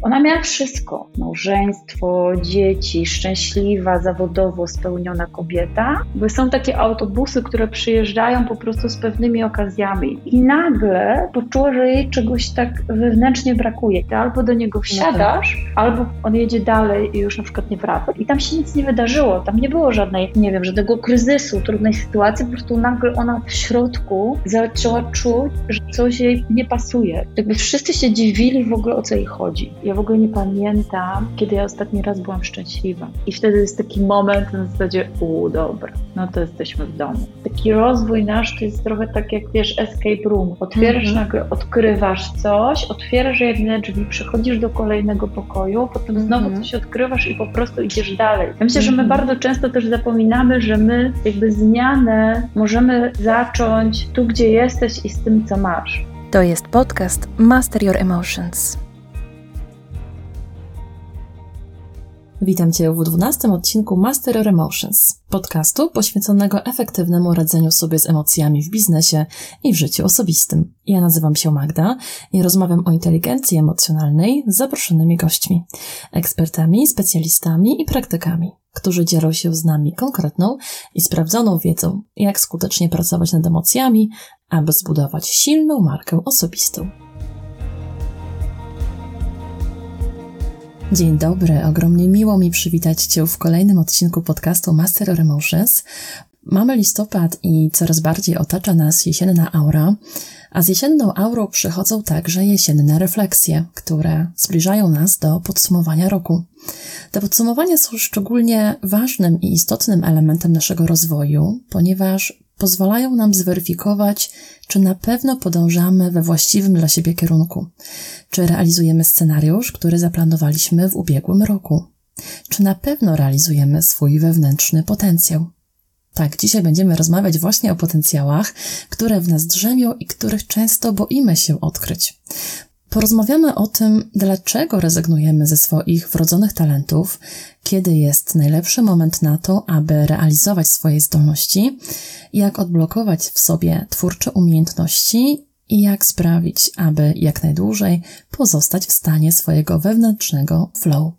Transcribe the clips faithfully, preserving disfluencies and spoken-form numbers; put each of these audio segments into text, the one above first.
Ona miała wszystko. Małżeństwo, dzieci, szczęśliwa, zawodowo spełniona kobieta. Bo są takie autobusy, które przyjeżdżają po prostu z pewnymi okazjami. I nagle poczuła, że jej czegoś tak wewnętrznie brakuje. Ty albo do niego wsiadasz, no tak. albo on jedzie dalej i już na przykład nie wraca. I tam się nic nie wydarzyło. Tam nie było żadnej, nie wiem, żadnego kryzysu, trudnej sytuacji. Po prostu nagle ona w środku zaczęła czuć, że coś jej nie pasuje. Jakby wszyscy się dziwili w ogóle, o co jej chodzi. Ja w ogóle nie pamiętam, kiedy ja ostatni raz byłam szczęśliwa. I wtedy jest taki moment na zasadzie, u, dobra, no to jesteśmy w domu. Taki rozwój nasz to jest trochę tak jak, wiesz, escape room. Otwierasz mm-hmm. nagle, odkrywasz coś, otwierasz jedne drzwi, przechodzisz do kolejnego pokoju, potem mm-hmm. znowu coś odkrywasz i po prostu idziesz dalej. Ja myślę, mm-hmm. że my bardzo często też zapominamy, że my jakby zmianę możemy zacząć tu, gdzie jesteś i z tym, co masz. To jest podcast Master Your Emotions. Witam Cię w dwunastym odcinku Master Your Emotions, podcastu poświęconego efektywnemu radzeniu sobie z emocjami w biznesie i w życiu osobistym. Ja nazywam się Magda i rozmawiam o inteligencji emocjonalnej z zaproszonymi gośćmi, ekspertami, specjalistami i praktykami, którzy dzielą się z nami konkretną i sprawdzoną wiedzą, jak skutecznie pracować nad emocjami, aby zbudować silną markę osobistą. Dzień dobry, ogromnie miło mi przywitać Cię w kolejnym odcinku podcastu Master Your Emotions. Mamy listopad i coraz bardziej otacza nas jesienna aura, a z jesienną aurą przychodzą także jesienne refleksje, które zbliżają nas do podsumowania roku. Te podsumowania są szczególnie ważnym i istotnym elementem naszego rozwoju, ponieważ pozwalają nam zweryfikować, czy na pewno podążamy we właściwym dla siebie kierunku, czy realizujemy scenariusz, który zaplanowaliśmy w ubiegłym roku, czy na pewno realizujemy swój wewnętrzny potencjał. Tak, dzisiaj będziemy rozmawiać właśnie o potencjałach, które w nas drzemią i których często boimy się odkryć. Porozmawiamy o tym, dlaczego rezygnujemy ze swoich wrodzonych talentów, kiedy jest najlepszy moment na to, aby realizować swoje zdolności, jak odblokować w sobie twórcze umiejętności i jak sprawić, aby jak najdłużej pozostać w stanie swojego wewnętrznego flow.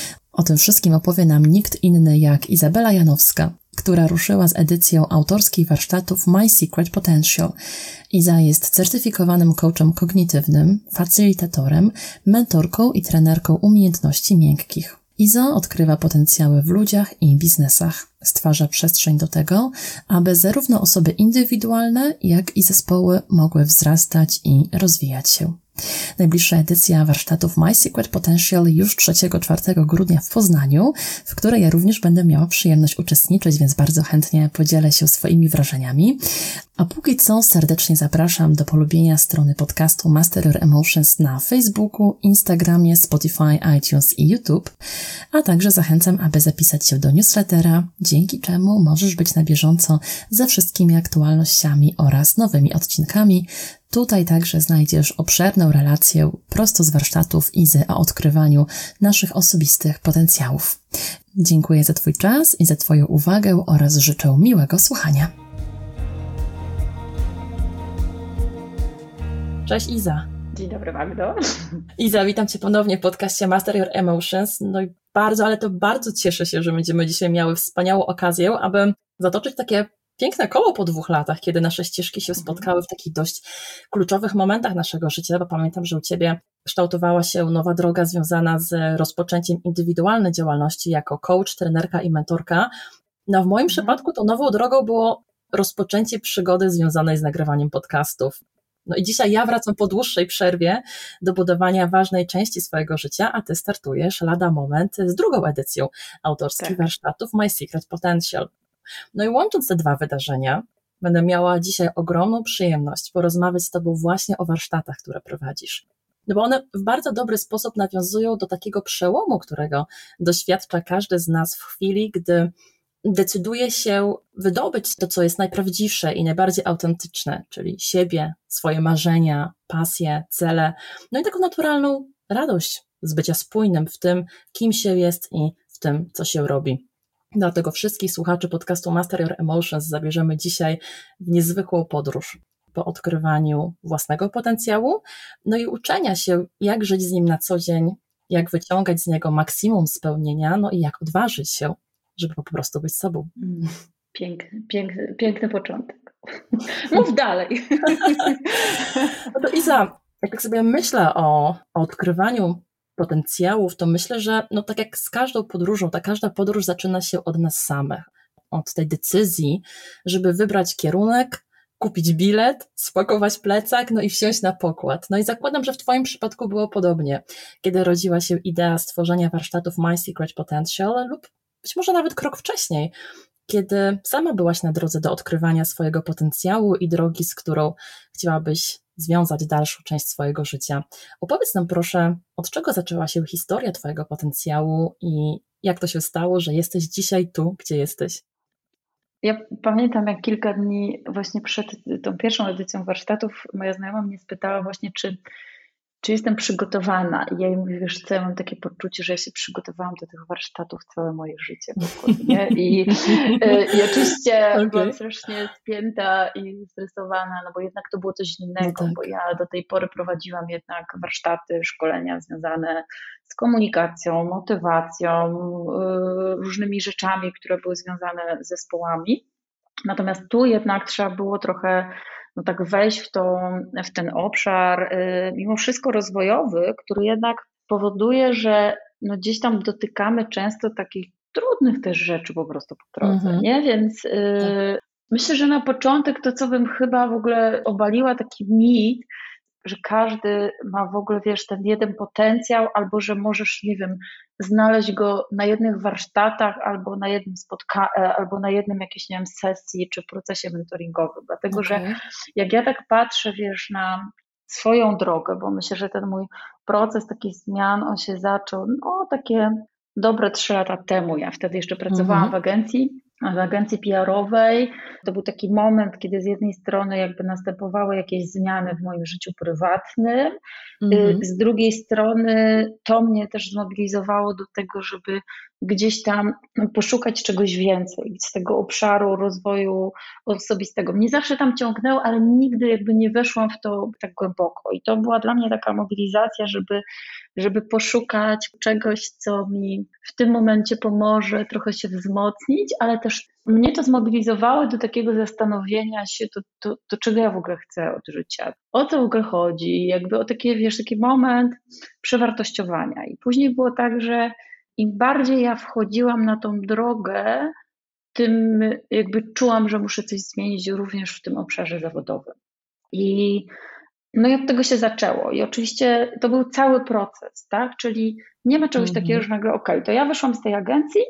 O tym wszystkim opowie nam nikt inny jak Izabela Janowska, która ruszyła z edycją autorskich warsztatów My Secret Potential. Iza jest certyfikowanym coachem kognitywnym, facylitatorem, mentorką i trenerką umiejętności miękkich. Iza odkrywa potencjały w ludziach i biznesach. Stwarza przestrzeń do tego, aby zarówno osoby indywidualne, jak i zespoły mogły wzrastać i rozwijać się. Najbliższa edycja warsztatów My Secret Potential już trzeciego do czwartego grudnia w Poznaniu, w której ja również będę miała przyjemność uczestniczyć, więc bardzo chętnie podzielę się swoimi wrażeniami. A póki co serdecznie zapraszam do polubienia strony podcastu Master Your Emotions na Facebooku, Instagramie, Spotify, iTunes i YouTube, a także zachęcam, aby zapisać się do newslettera, dzięki czemu możesz być na bieżąco ze wszystkimi aktualnościami oraz nowymi odcinkami. Tutaj także znajdziesz obszerną relację prosto z warsztatów Izy o odkrywaniu naszych osobistych potencjałów. Dziękuję za Twój czas i za Twoją uwagę oraz życzę miłego słuchania. Cześć Iza. Dzień dobry Magdo. Iza, witam Cię ponownie w podcaście Master Your Emotions. No i bardzo, ale to bardzo cieszę się, że będziemy dzisiaj miały wspaniałą okazję, aby zatoczyć takie piękne koło po dwóch latach, kiedy nasze ścieżki się spotkały w takich dość kluczowych momentach naszego życia, bo pamiętam, że u Ciebie kształtowała się nowa droga związana z rozpoczęciem indywidualnej działalności jako coach, trenerka i mentorka. No w moim mhm. przypadku tą nową drogą było rozpoczęcie przygody związanej z nagrywaniem podcastów. No i dzisiaj ja wracam po dłuższej przerwie do budowania ważnej części swojego życia, a Ty startujesz lada moment z drugą edycją autorskich tak. warsztatów My Secret Potential. No i łącząc te dwa wydarzenia, będę miała dzisiaj ogromną przyjemność porozmawiać z Tobą właśnie o warsztatach, które prowadzisz. No bo one w bardzo dobry sposób nawiązują do takiego przełomu, którego doświadcza każdy z nas w chwili, gdy decyduje się wydobyć to, co jest najprawdziwsze i najbardziej autentyczne, czyli siebie, swoje marzenia, pasje, cele, no i taką naturalną radość z bycia spójnym w tym, kim się jest i w tym, co się robi. Dlatego wszystkich słuchaczy podcastu Master Your Emotions zabierzemy dzisiaj w niezwykłą podróż po odkrywaniu własnego potencjału, no i uczenia się, jak żyć z nim na co dzień jak wyciągać z niego maksimum spełnienia, no i jak odważyć się, żeby po prostu być sobą. Piękny, piękny, piękny początek. Mów dalej. No to Iza, jak tak sobie myślę o, o odkrywaniu potencjałów, to myślę, że no tak jak z każdą podróżą, ta każda podróż zaczyna się od nas samych, od tej decyzji, żeby wybrać kierunek, kupić bilet, spakować plecak, no i wsiąść na pokład. No i zakładam, że w Twoim przypadku było podobnie, kiedy rodziła się idea stworzenia warsztatów My Secret Potential lub być może nawet krok wcześniej, kiedy sama byłaś na drodze do odkrywania swojego potencjału i drogi, z którą chciałabyś związać dalszą część swojego życia. Opowiedz nam proszę, od czego zaczęła się historia Twojego potencjału i jak to się stało, że jesteś dzisiaj tu, gdzie jesteś? Ja pamiętam, jak kilka dni właśnie przed tą pierwszą edycją warsztatów moja znajoma mnie spytała właśnie, czy, czy jestem przygotowana. I ja jej mówię, wiesz co, ja mam takie poczucie, że ja się przygotowałam do tych warsztatów całe moje życie. Nie? I, I oczywiście okay. byłam strasznie spięta i stresowana, no bo jednak to było coś innego, no tak. Bo ja do tej pory prowadziłam jednak warsztaty, szkolenia związane z komunikacją, motywacją, różnymi rzeczami, które były związane z zespołami. Natomiast tu jednak trzeba było trochę no tak wejść w, to, w ten obszar, mimo wszystko rozwojowy, który jednak powoduje, że no gdzieś tam dotykamy często takich trudnych też rzeczy po prostu po drodze, mhm. nie? Więc y, myślę, że na początek to, co bym chyba w ogóle obaliła, taki mit, że każdy ma w ogóle, wiesz, ten jeden potencjał, albo że możesz, nie wiem, znaleźć go na jednych warsztatach, albo na jednym spotkaniu, albo na jednym jakiejś, nie wiem, sesji, czy procesie mentoringowym. Dlatego, okay. że jak ja tak patrzę, wiesz, na swoją drogę, bo myślę, że ten mój proces takich zmian, on się zaczął, no, takie dobre trzy lata temu. Ja wtedy jeszcze pracowałam mm-hmm. w agencji, w agencji P R-owej. To był taki moment, kiedy z jednej strony jakby następowały jakieś zmiany w moim życiu prywatnym, mm-hmm. z drugiej strony to mnie też zmobilizowało do tego, żeby gdzieś tam poszukać czegoś więcej z tego obszaru rozwoju osobistego. Mnie zawsze tam ciągnęło, ale nigdy jakby nie weszłam w to tak głęboko i to była dla mnie taka mobilizacja, żeby żeby poszukać czegoś, co mi w tym momencie pomoże trochę się wzmocnić, ale też mnie to zmobilizowało do takiego zastanowienia się, to, to, to czego ja w ogóle chcę od życia, o co w ogóle chodzi, jakby o taki, wiesz, taki moment przewartościowania. I później było tak, że im bardziej ja wchodziłam na tą drogę, tym jakby czułam, że muszę coś zmienić również w tym obszarze zawodowym. I no i od tego się zaczęło i oczywiście to był cały proces, tak, czyli nie ma czegoś mm-hmm. takiego, że nagle okej, okay, to ja wyszłam z tej agencji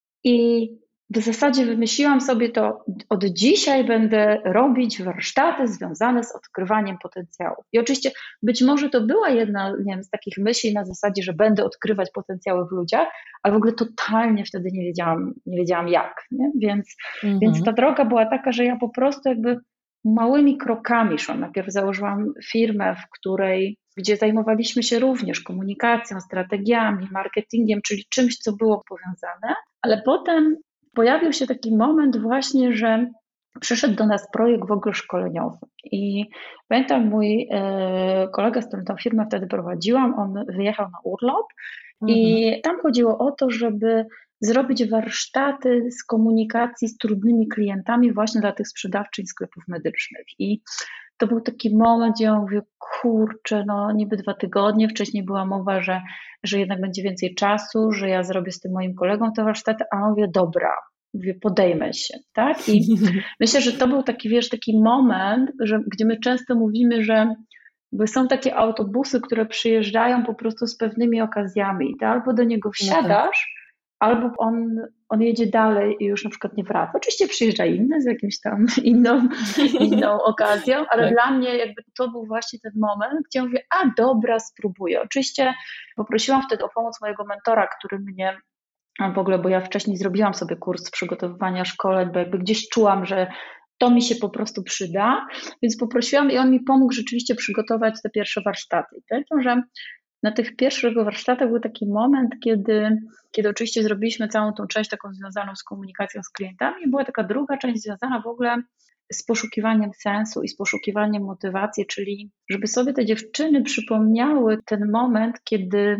i w zasadzie wymyśliłam sobie to, od dzisiaj będę robić warsztaty związane z odkrywaniem potencjału. I oczywiście być może to była jedna, nie wiem, z takich myśli na zasadzie, że będę odkrywać potencjały w ludziach, ale w ogóle totalnie wtedy nie wiedziałam, nie wiedziałam jak, nie? Więc, mm-hmm. więc ta droga była taka, że ja po prostu jakby małymi krokami szłam. Najpierw założyłam firmę, w której, gdzie zajmowaliśmy się również komunikacją, strategiami, marketingiem, czyli czymś, co było powiązane, ale potem pojawił się taki moment właśnie, że przyszedł do nas projekt w ogóle szkoleniowy i pamiętam mój e, kolega, z którym tą firmę wtedy prowadziłam, on wyjechał na urlop mhm. i tam chodziło o to, żeby zrobić warsztaty z komunikacji z trudnymi klientami właśnie dla tych sprzedawczyń sklepów medycznych. I to był taki moment, gdzie ja mówię, kurczę, no niby dwa tygodnie, wcześniej była mowa, że, że jednak będzie więcej czasu, że ja zrobię z tym moim kolegą te warsztaty, a mówię, dobra, mówię, podejmę się, tak? I myślę, że to był taki, wiesz, taki moment, że, gdzie my często mówimy, że bo są takie autobusy, które przyjeżdżają po prostu z pewnymi okazjami, ty albo do niego wsiadasz, albo on, on jedzie dalej i już na przykład nie wraca. Oczywiście przyjeżdża inny z jakimś tam inną, inną okazją, ale tak. Dla mnie jakby to był właśnie ten moment, gdzie mówię, a dobra, spróbuję. Oczywiście poprosiłam wtedy o pomoc mojego mentora, który mnie w ogóle, bo ja wcześniej zrobiłam sobie kurs przygotowywania szkoleń, bo jakby gdzieś czułam, że to mi się po prostu przyda, więc poprosiłam i on mi pomógł rzeczywiście przygotować te pierwsze warsztaty. I pamiętam, że na tych pierwszych warsztatach był taki moment, kiedy, kiedy oczywiście zrobiliśmy całą tą część taką związaną z komunikacją z klientami i była taka druga część związana w ogóle z poszukiwaniem sensu i z poszukiwaniem motywacji, czyli żeby sobie te dziewczyny przypomniały ten moment, kiedy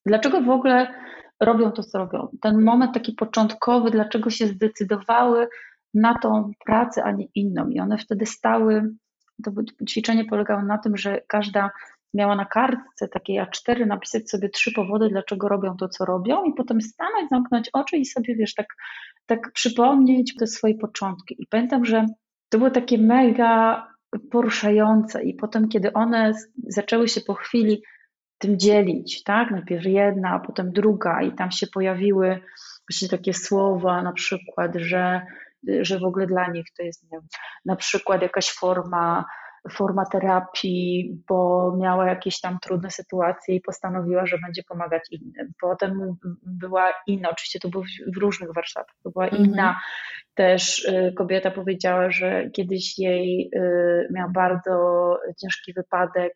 dlaczego w ogóle robią to, co robią. Ten moment taki początkowy, dlaczego się zdecydowały na tą pracę, a nie inną. I one wtedy stały, to ćwiczenie polegało na tym, że każda miała na kartce takiej A cztery napisać sobie trzy powody, dlaczego robią to, co robią i potem stanąć, zamknąć oczy i sobie, wiesz, tak, tak przypomnieć te swoje początki. I pamiętam, że to było takie mega poruszające i potem, kiedy one zaczęły się po chwili tym dzielić, tak? Najpierw jedna, a potem druga i tam się pojawiły właśnie takie słowa na przykład, że, że w ogóle dla nich to jest, nie wiem, na przykład jakaś forma, forma terapii, bo miała jakieś tam trudne sytuacje i postanowiła, że będzie pomagać innym. Potem była inna, oczywiście to było w różnych warsztatach, to była inna mhm. też kobieta powiedziała, że kiedyś jej miała bardzo ciężki wypadek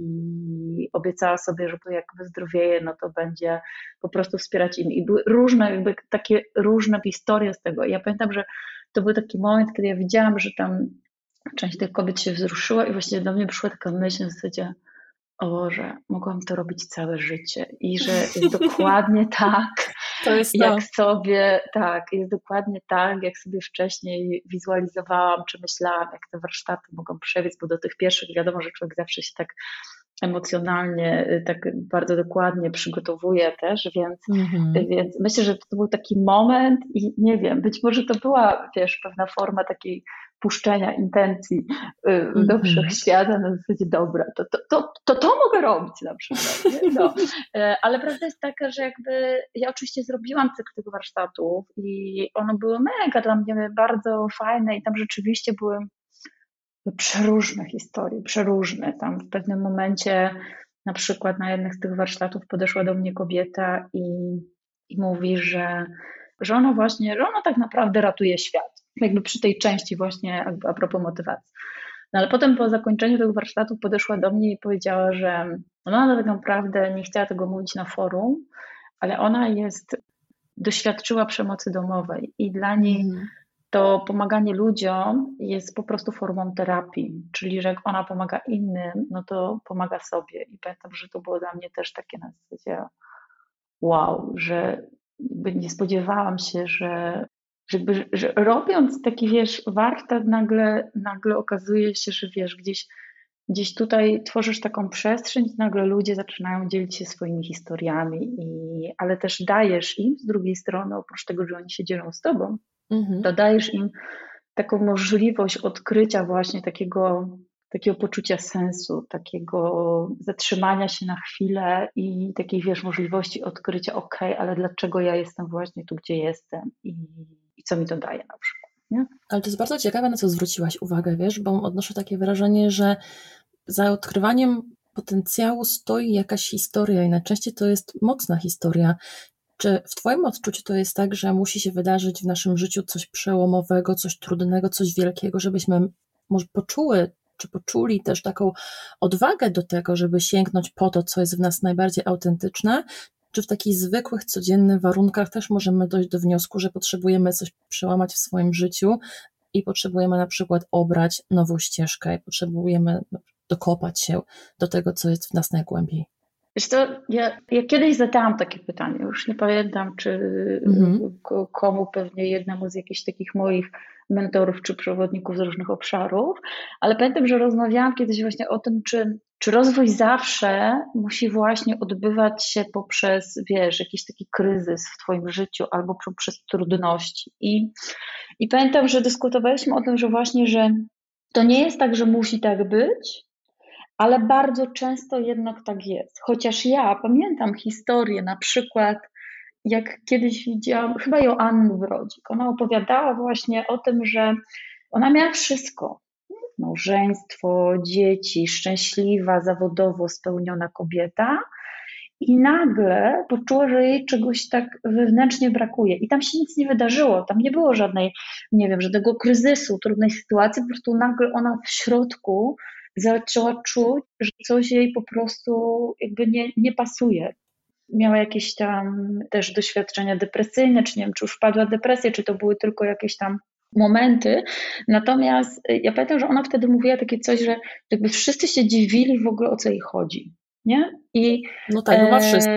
i obiecała sobie, że jak wyzdrowieje, no to będzie po prostu wspierać innych. I były różne, jakby takie różne historie z tego. I ja pamiętam, że to był taki moment, kiedy ja widziałam, że tam część tych kobiet się wzruszyła i właśnie do mnie przyszła taka myśl w zasadzie, o Boże, mogłam to robić całe życie i że jest dokładnie tak, to jest jak to. sobie, tak, jest dokładnie tak, jak sobie wcześniej wizualizowałam, czy myślałam, jak te warsztaty mogą przebiec, bo do tych pierwszych wiadomo, że człowiek zawsze się tak emocjonalnie, tak bardzo dokładnie przygotowuje też, więc, mm-hmm. więc myślę, że to był taki moment i nie wiem, być może to była, wiesz, pewna forma takiej puszczenia intencji mm-hmm. do wszechświata na zasadzie dobra, to to, to, to, to mogę robić na przykład. Nie? No. Ale prawda jest taka, że jakby ja oczywiście zrobiłam cykl tych warsztatów i one były mega dla mnie bardzo fajne i tam rzeczywiście były przeróżne historie, przeróżne. Tam w pewnym momencie na przykład na jednych z tych warsztatów podeszła do mnie kobieta i, i mówi, że, że ona właśnie, że ona tak naprawdę ratuje świat. Jakby przy tej części właśnie a propos motywacji. No ale potem po zakończeniu tych warsztatów podeszła do mnie i powiedziała, że ona tak naprawdę nie chciała tego mówić na forum, ale ona jest, doświadczyła przemocy domowej i dla niej mm. to pomaganie ludziom jest po prostu formą terapii, czyli że jak ona pomaga innym, no to pomaga sobie. I pamiętam, że to było dla mnie też takie na zasadzie wow, że nie spodziewałam się, że, żeby, że robiąc taki, wiesz, warsztat nagle, nagle okazuje się, że wiesz, gdzieś, gdzieś tutaj tworzysz taką przestrzeń i nagle ludzie zaczynają dzielić się swoimi historiami, i, ale też dajesz im z drugiej strony, oprócz tego, że oni się dzielą z tobą, to dajesz im taką możliwość odkrycia właśnie takiego, takiego poczucia sensu, takiego zatrzymania się na chwilę i takiej, wiesz, możliwości odkrycia, okej, okay, ale dlaczego ja jestem właśnie tu, gdzie jestem i, i co mi to daje na przykład, nie? Ale to jest bardzo ciekawe, na co zwróciłaś uwagę, wiesz, bo odnoszę takie wrażenie, że za odkrywaniem potencjału stoi jakaś historia i najczęściej to jest mocna historia. Czy w twoim odczuciu to jest tak, że musi się wydarzyć w naszym życiu coś przełomowego, coś trudnego, coś wielkiego, żebyśmy może poczuły, czy poczuli też taką odwagę do tego, żeby sięgnąć po to, co jest w nas najbardziej autentyczne? Czy w takich zwykłych, codziennych warunkach też możemy dojść do wniosku, że potrzebujemy coś przełamać w swoim życiu i potrzebujemy na przykład obrać nową ścieżkę i potrzebujemy dokopać się do tego, co jest w nas najgłębiej? Wiesz co, ja, ja kiedyś zadałam takie pytanie, już nie pamiętam, czy mm-hmm. komu, pewnie jednemu z jakichś takich moich mentorów czy przewodników z różnych obszarów, ale pamiętam, że rozmawiałam kiedyś właśnie o tym, czy, czy rozwój zawsze musi właśnie odbywać się poprzez, wiesz, jakiś taki kryzys w twoim życiu albo poprzez trudności. I, i pamiętam, że dyskutowaliśmy o tym, że właśnie, że to nie jest tak, że musi tak być, ale bardzo często jednak tak jest. Chociaż ja pamiętam historię, na przykład jak kiedyś widziałam, chyba Joanny Brodzik, ona opowiadała właśnie o tym, że ona miała wszystko. Małżeństwo, dzieci, szczęśliwa, zawodowo spełniona kobieta i nagle poczuła, że jej czegoś tak wewnętrznie brakuje. I tam się nic nie wydarzyło, tam nie było żadnej, nie wiem, żadnego kryzysu, trudnej sytuacji, po prostu nagle ona w środku zaczęła czuć, że coś jej po prostu jakby nie, nie pasuje. Miała jakieś tam też doświadczenia depresyjne, czy nie wiem, czy już wpadła w depresję, czy to były tylko jakieś tam momenty. Natomiast ja pamiętam, że ona wtedy mówiła takie coś, że jakby wszyscy się dziwili w ogóle, o co jej chodzi. Nie? I, no tak, bo ma wszystko.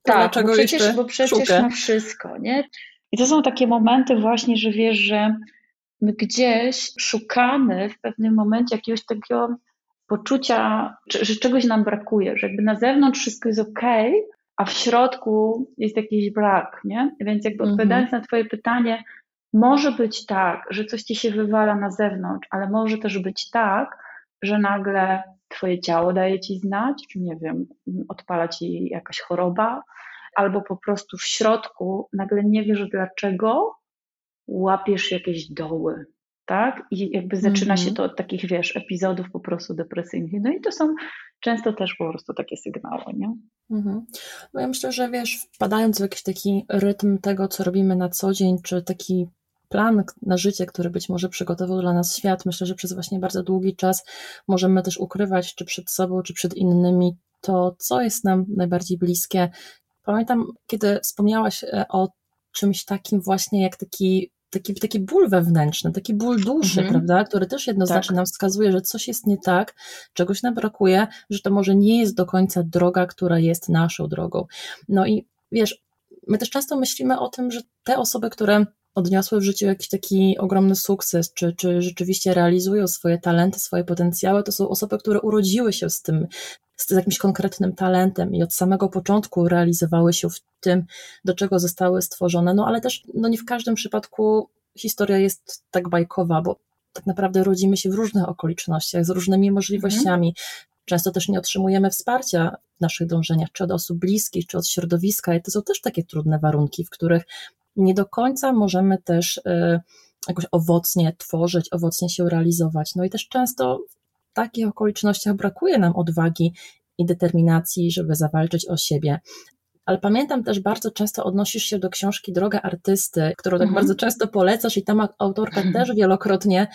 tak, dlaczego bo przecież, jeszcze bo przecież szuka? ma wszystko, nie? I to są takie momenty właśnie, że wiesz, że my gdzieś szukamy w pewnym momencie jakiegoś takiego poczucia, że czegoś nam brakuje, że jakby na zewnątrz wszystko jest okej, a w środku jest jakiś brak, nie? Więc jakby Mhm. odpowiadając na twoje pytanie, może być tak, że coś ci się wywala na zewnątrz, ale może też być tak, że nagle twoje ciało daje ci znać, czy nie wiem, odpala ci jakaś choroba, albo po prostu w środku nagle nie wiesz dlaczego, łapiesz jakieś doły, tak? I jakby zaczyna się Mhm. to od takich, wiesz, epizodów po prostu depresyjnych. No i to są często też po prostu takie sygnały, nie? Mhm. No ja myślę, że wiesz, wpadając w jakiś taki rytm tego, co robimy na co dzień, czy taki plan na życie, który być może przygotował dla nas świat, myślę, że przez właśnie bardzo długi czas możemy też ukrywać, czy przed sobą, czy przed innymi, to, co jest nam najbardziej bliskie. Pamiętam, kiedy wspomniałaś e, o czymś takim właśnie jak taki, taki, taki ból wewnętrzny, taki ból duszy, Mhm. prawda, który też jednoznacznie Tak. nam wskazuje, że coś jest nie tak, czegoś nam brakuje, że to może nie jest do końca droga, która jest naszą drogą. No i wiesz, my też często myślimy o tym, że te osoby, które odniosły w życiu jakiś taki ogromny sukces, czy, czy rzeczywiście realizują swoje talenty, swoje potencjały, to są osoby, które urodziły się z tym, z jakimś konkretnym talentem i od samego początku realizowały się w tym, do czego zostały stworzone. No ale też no nie w każdym przypadku historia jest tak bajkowa, bo tak naprawdę rodzimy się w różnych okolicznościach, z różnymi możliwościami. Mhm. Często też nie otrzymujemy wsparcia w naszych dążeniach, czy od osób bliskich, czy od środowiska i to są też takie trudne warunki, w których nie do końca możemy też y, jakoś owocnie tworzyć, owocnie się realizować. No i też często w takich okolicznościach brakuje nam odwagi i determinacji, żeby zawalczyć o siebie. Ale pamiętam też, bardzo często odnosisz się do książki Droga artysty, którą tak mhm. bardzo często polecasz i tam autorka też wielokrotnie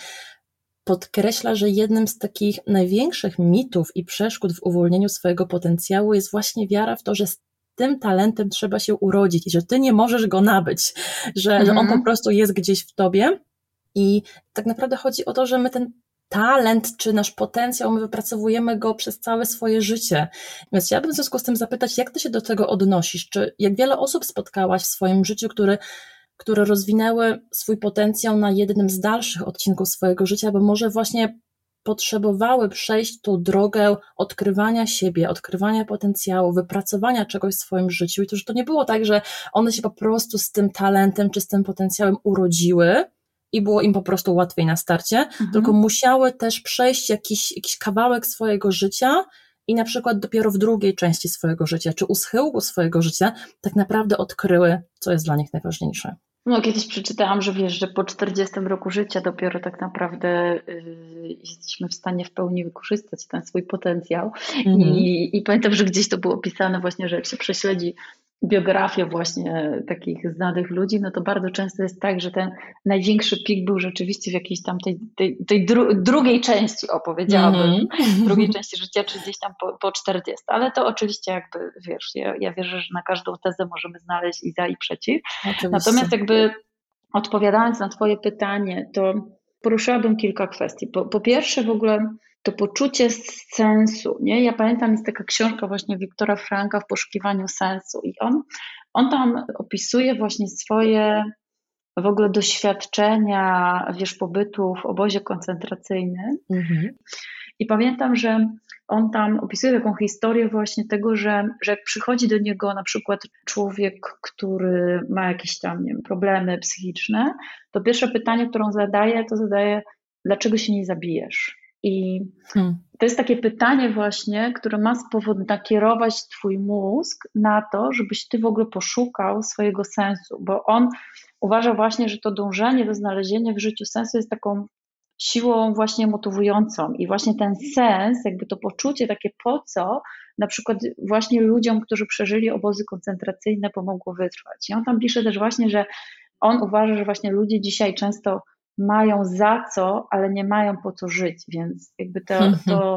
podkreśla, że jednym z takich największych mitów i przeszkód w uwolnieniu swojego potencjału jest właśnie wiara w to, że z tym talentem trzeba się urodzić i że ty nie możesz go nabyć, że, mhm. że on po prostu jest gdzieś w tobie i tak naprawdę chodzi o to, że my ten talent czy nasz potencjał, my wypracowujemy go przez całe swoje życie. Więc chciałabym w związku z tym zapytać, jak ty się do tego odnosisz? Czy jak wiele osób spotkałaś w swoim życiu, które, które rozwinęły swój potencjał na jednym z dalszych odcinków swojego życia, bo może właśnie potrzebowały przejść tą drogę odkrywania siebie, odkrywania potencjału, wypracowania czegoś w swoim życiu i to, że to nie było tak, że one się po prostu z tym talentem czy z tym potencjałem urodziły i było im po prostu łatwiej na starcie, mhm. tylko musiały też przejść jakiś, jakiś kawałek swojego życia i na przykład dopiero w drugiej części swojego życia, czy u schyłku swojego życia tak naprawdę odkryły, co jest dla nich najważniejsze. No, kiedyś przeczytałam, że wiesz, że po czterdziestym roku życia dopiero tak naprawdę y, jesteśmy w stanie w pełni wykorzystać ten swój potencjał. Mhm. I, I pamiętam, że gdzieś to było opisane właśnie, że jak się prześledzi biografię właśnie takich znanych ludzi, no to bardzo często jest tak, że ten największy pik był rzeczywiście w jakiejś tam tej, tej, tej dru- drugiej części, opowiedziałabym, mm-hmm. drugiej części życia, czy gdzieś tam po, po czterdziestym. Ale to oczywiście jakby, wiesz, ja, ja wierzę, że na każdą tezę możemy znaleźć i za, i przeciw. Oczywiście. Natomiast jakby odpowiadając na twoje pytanie, to poruszyłabym kilka kwestii. Po, po pierwsze w ogóle to poczucie sensu, nie? Ja pamiętam, jest taka książka właśnie Wiktora Frankla W poszukiwaniu sensu i on, on tam opisuje właśnie swoje w ogóle doświadczenia, wiesz, pobytu w obozie koncentracyjnym. Mhm. I pamiętam, że on tam opisuje taką historię właśnie tego, że, że jak przychodzi do niego na przykład człowiek, który ma jakieś tam, nie wiem, problemy psychiczne, to pierwsze pytanie, które on zadaje, to zadaje, dlaczego się nie zabijesz? I hmm. to jest takie pytanie właśnie, które ma spowod- nakierować twój mózg na to, żebyś ty w ogóle poszukał swojego sensu, bo on uważa właśnie, że to dążenie do znalezienia w życiu sensu jest taką siłą właśnie motywującą i właśnie ten sens, jakby to poczucie takie po co, na przykład właśnie ludziom, którzy przeżyli obozy koncentracyjne, pomogło wytrwać. I on tam pisze też właśnie, że on uważa, że właśnie ludzie dzisiaj często mają za co, ale nie mają po co żyć, więc jakby to, to,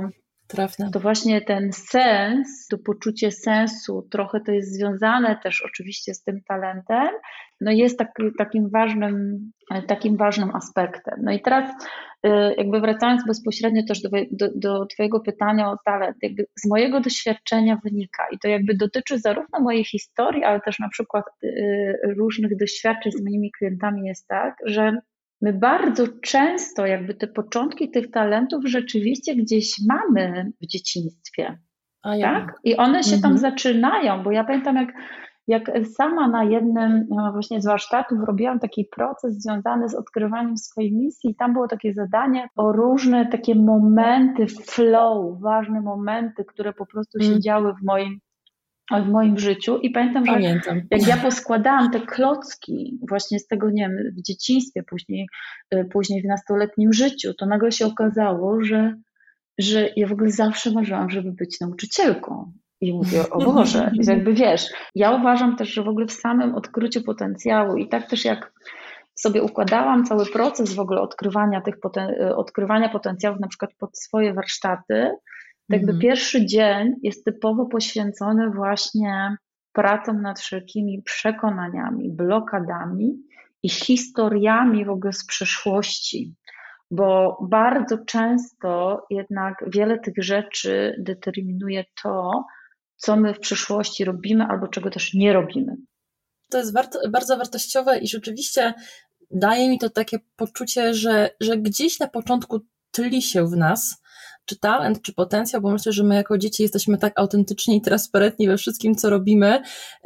to właśnie ten sens, to poczucie sensu, trochę to jest związane też oczywiście z tym talentem no jest taki, takim ważnym, takim ważnym aspektem. No i teraz jakby wracając bezpośrednio też do, do, do Twojego pytania o talent, jakby z mojego doświadczenia wynika i to jakby dotyczy zarówno mojej historii, ale też na przykład różnych doświadczeń z moimi klientami jest tak, że my bardzo często jakby te początki tych talentów rzeczywiście gdzieś mamy w dzieciństwie. A ja. Tak? I one się mhm. tam zaczynają, bo ja pamiętam jak Jak sama na jednym właśnie z warsztatów robiłam taki proces związany z odkrywaniem swojej misji i tam było takie zadanie o różne takie momenty flow, ważne momenty, które po prostu się mm. działy w moim, w moim życiu i pamiętam, Pamiętam. że jak ja poskładałam te klocki właśnie z tego, nie wiem, w dzieciństwie, później, później w nastoletnim życiu, to nagle się okazało, że, że ja w ogóle zawsze marzyłam, żeby być nauczycielką. I mówię, o Boże, jakby wiesz, ja uważam też, że w ogóle w samym odkryciu potencjału i tak też jak sobie układałam cały proces w ogóle odkrywania tych poten- odkrywania potencjałów na przykład pod swoje warsztaty, to jakby mm-hmm. pierwszy dzień jest typowo poświęcony właśnie pracą nad wszelkimi przekonaniami, blokadami i historiami w ogóle z przeszłości. Bo bardzo często jednak wiele tych rzeczy determinuje to, co my w przyszłości robimy albo czego też nie robimy. To jest bardzo, bardzo wartościowe i rzeczywiście daje mi to takie poczucie, że, że gdzieś na początku tli się w nas czy talent, czy potencjał, bo myślę, że my jako dzieci jesteśmy tak autentyczni i transparentni we wszystkim, co robimy,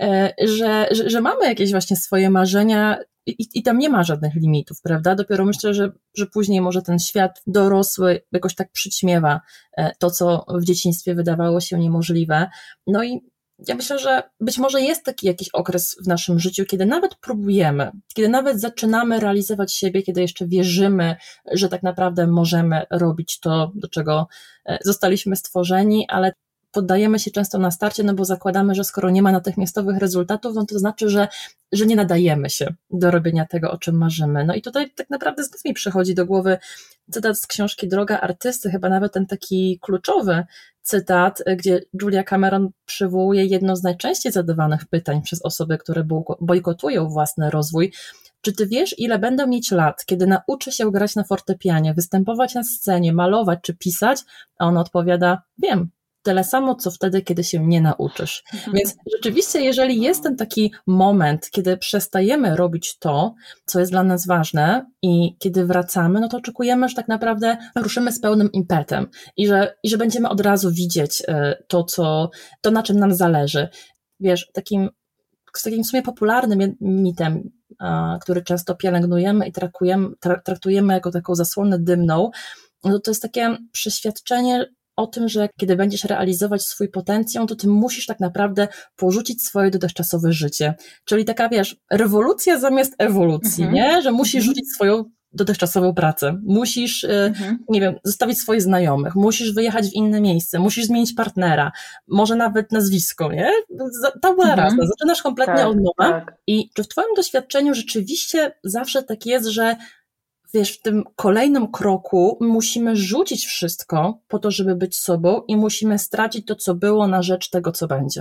że, że, że mamy jakieś właśnie swoje marzenia i, i tam nie ma żadnych limitów, prawda? Dopiero myślę, że, że później może ten świat dorosły jakoś tak przyćmiewa to, co w dzieciństwie wydawało się niemożliwe. No i ja myślę, że być może jest taki jakiś okres w naszym życiu, kiedy nawet próbujemy, kiedy nawet zaczynamy realizować siebie, kiedy jeszcze wierzymy, że tak naprawdę możemy robić to, do czego zostaliśmy stworzeni, ale poddajemy się często na starcie, no bo zakładamy, że skoro nie ma natychmiastowych rezultatów, no to znaczy, że, że nie nadajemy się do robienia tego, o czym marzymy. No i tutaj tak naprawdę znów mi przychodzi do głowy cytat z książki Droga artysty, chyba nawet ten taki kluczowy cytat, gdzie Julia Cameron przywołuje jedno z najczęściej zadawanych pytań przez osoby, które bojkotują własny rozwój. Czy ty wiesz, ile będę mieć lat, kiedy nauczę się grać na fortepianie, występować na scenie, malować czy pisać? A ona odpowiada, wiem. Tyle samo, co wtedy, kiedy się nie nauczysz. Mhm. Więc rzeczywiście, jeżeli jest ten taki moment, kiedy przestajemy robić to, co jest dla nas ważne i kiedy wracamy, no to oczekujemy, że tak naprawdę ruszymy z pełnym impetem i że, i że będziemy od razu widzieć to, co, to, na czym nam zależy. Wiesz, takim, z takim w sumie popularnym mitem, który często pielęgnujemy i traktujemy, traktujemy jako taką zasłonę dymną, no to jest takie przeświadczenie o tym, że kiedy będziesz realizować swój potencjał, to ty musisz tak naprawdę porzucić swoje dotychczasowe życie. Czyli taka, wiesz, rewolucja zamiast ewolucji, mhm. nie? Że musisz mhm. rzucić swoją dotychczasową pracę, musisz, mhm. nie wiem, zostawić swoich znajomych, musisz wyjechać w inne miejsce, musisz zmienić partnera, może nawet nazwisko, nie? Ta była mhm. raz, zaczynasz kompletnie tak, od nowa. Tak. I czy w twoim doświadczeniu rzeczywiście zawsze tak jest, że wiesz, w tym kolejnym kroku musimy rzucić wszystko po to, żeby być sobą i musimy stracić to, co było na rzecz tego, co będzie?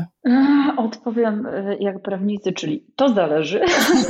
Odpowiem jak prawnicy, czyli to zależy.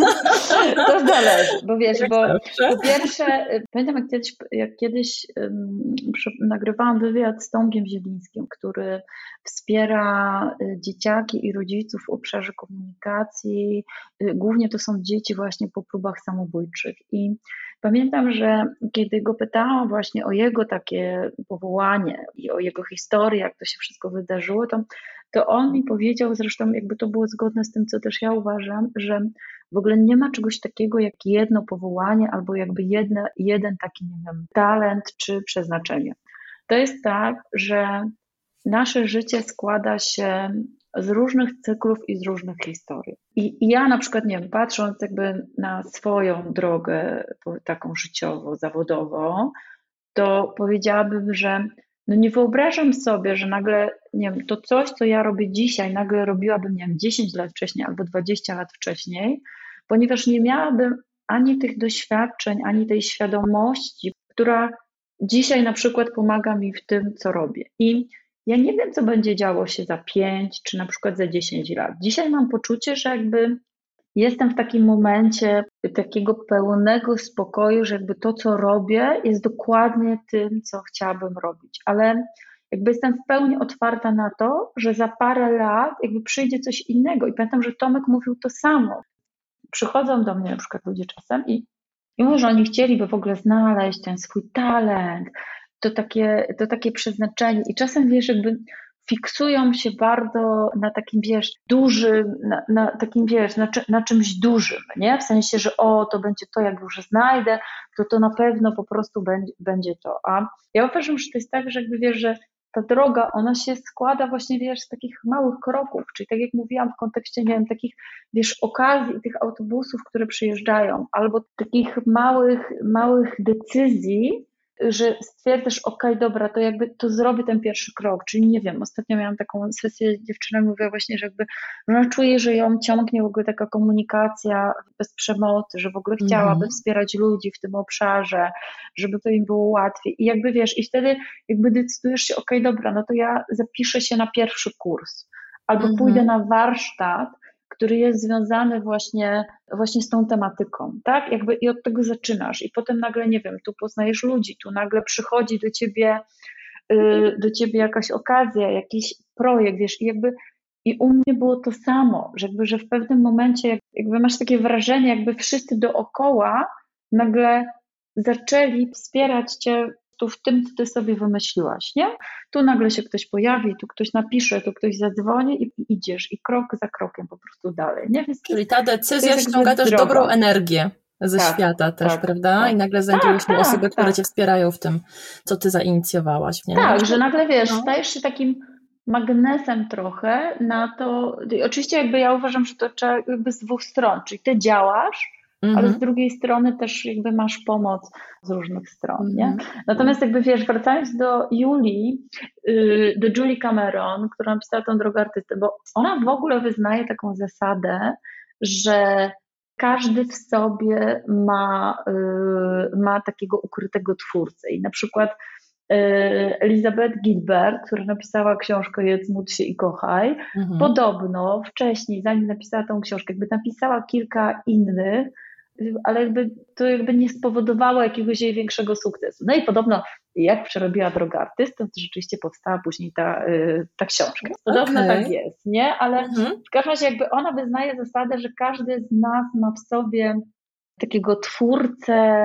To zależy, bo wiesz, bo po pierwsze, pamiętam jak kiedyś, jak kiedyś um, nagrywałam wywiad z Tomkiem Zielińskim, który wspiera dzieciaki i rodziców w obszarze komunikacji. Głównie to są dzieci właśnie po próbach samobójczych i pamiętam, że kiedy go pytałam właśnie o jego takie powołanie i o jego historię, jak to się wszystko wydarzyło, to, to on mi powiedział, zresztą jakby to było zgodne z tym, co też ja uważam, że w ogóle nie ma czegoś takiego jak jedno powołanie albo jakby jedne, jeden taki, nie wiem, talent czy przeznaczenie. To jest tak, że nasze życie składa się z różnych cyklów i z różnych historii. I, i ja na przykład, nie wiem, patrząc jakby na swoją drogę taką życiową, zawodową, to powiedziałabym, że no nie wyobrażam sobie, że nagle, nie wiem, to coś, co ja robię dzisiaj, nagle robiłabym, nie wiem, dziesięć lat wcześniej albo dwadzieścia lat wcześniej, ponieważ nie miałabym ani tych doświadczeń, ani tej świadomości, która dzisiaj na przykład pomaga mi w tym, co robię. I ja nie wiem, co będzie działo się za pięć, czy na przykład za dziesięć lat. Dzisiaj mam poczucie, że jakby jestem w takim momencie takiego pełnego spokoju, że jakby to, co robię, jest dokładnie tym, co chciałabym robić, ale jakby jestem w pełni otwarta na to, że za parę lat jakby przyjdzie coś innego i pamiętam, że Tomek mówił to samo. Przychodzą do mnie na przykład ludzie czasem i, i mówią, że oni chcieliby w ogóle znaleźć ten swój talent, to takie, to takie przeznaczenie i czasem, wiesz, jakby fiksują się bardzo na takim, wiesz, dużym, na, na takim, wiesz, na, na czymś dużym, nie? W sensie, że o, to będzie to, jak już znajdę, to to na pewno po prostu będzie, będzie to. A ja uważam, że to jest tak, że jakby, wiesz, że ta droga, ona się składa właśnie, wiesz, z takich małych kroków, czyli tak jak mówiłam w kontekście, nie wiem, takich, wiesz, okazji, tych autobusów, które przyjeżdżają, albo takich małych, małych decyzji, że stwierdzasz, okej, okay, dobra, to jakby to zrobię ten pierwszy krok, czyli nie wiem, ostatnio miałam taką sesję z dziewczyną, mówiła właśnie, że jakby ona czuje, że ją ciągnie w ogóle taka komunikacja bez przemocy, że w ogóle chciałaby mm-hmm. wspierać ludzi w tym obszarze, żeby to im było łatwiej i jakby wiesz, i wtedy jakby decydujesz się, okej, okay, dobra, no to ja zapiszę się na pierwszy kurs, albo mm-hmm. pójdę na warsztat, który jest związany właśnie, właśnie z tą tematyką, tak? Jakby i od tego zaczynasz i potem nagle, nie wiem, tu poznajesz ludzi, tu nagle przychodzi do ciebie, yy, do ciebie jakaś okazja, jakiś projekt, wiesz, i jakby i u mnie było to samo, że jakby, że w pewnym momencie jakby masz takie wrażenie, jakby wszyscy dookoła nagle zaczęli wspierać cię tu w tym, co ty sobie wymyśliłaś, nie? Tu nagle się ktoś pojawi, tu ktoś napisze, tu ktoś zadzwoni i, i idziesz i krok za krokiem po prostu dalej, nie? Więc czyli ta decyzja ściąga też droga. Dobrą energię ze tak, świata też, tak, prawda? Tak. I nagle znajdują się tak, osoby, tak, które tak. cię wspierają w tym, co ty zainicjowałaś. Nie? Tak, że nagle wiesz, no. stajesz się takim magnesem trochę na to, oczywiście jakby ja uważam, że to trzeba jakby z dwóch stron, czyli ty działasz, Mm-hmm. ale z drugiej strony też jakby masz pomoc z różnych stron, mm-hmm. nie? Natomiast jakby wiesz, wracając do Julii, yy, do Julie Cameron, która napisała tą drogę artysty, bo ona w ogóle wyznaje taką zasadę, że każdy w sobie ma, yy, ma takiego ukrytego twórcę i na przykład yy, Elizabeth Gilbert, która napisała książkę Jedz, módl się i kochaj, mm-hmm. podobno wcześniej, zanim napisała tą książkę, jakby napisała kilka innych, ale jakby to jakby nie spowodowało jakiegoś jej większego sukcesu. No i podobno jak przerobiła drogę artystę, to rzeczywiście powstała później ta, ta książka. Podobno okay. tak jest, nie? Ale mhm. w każdym razie jakby ona wyznaje zasadę, że każdy z nas ma w sobie takiego twórcę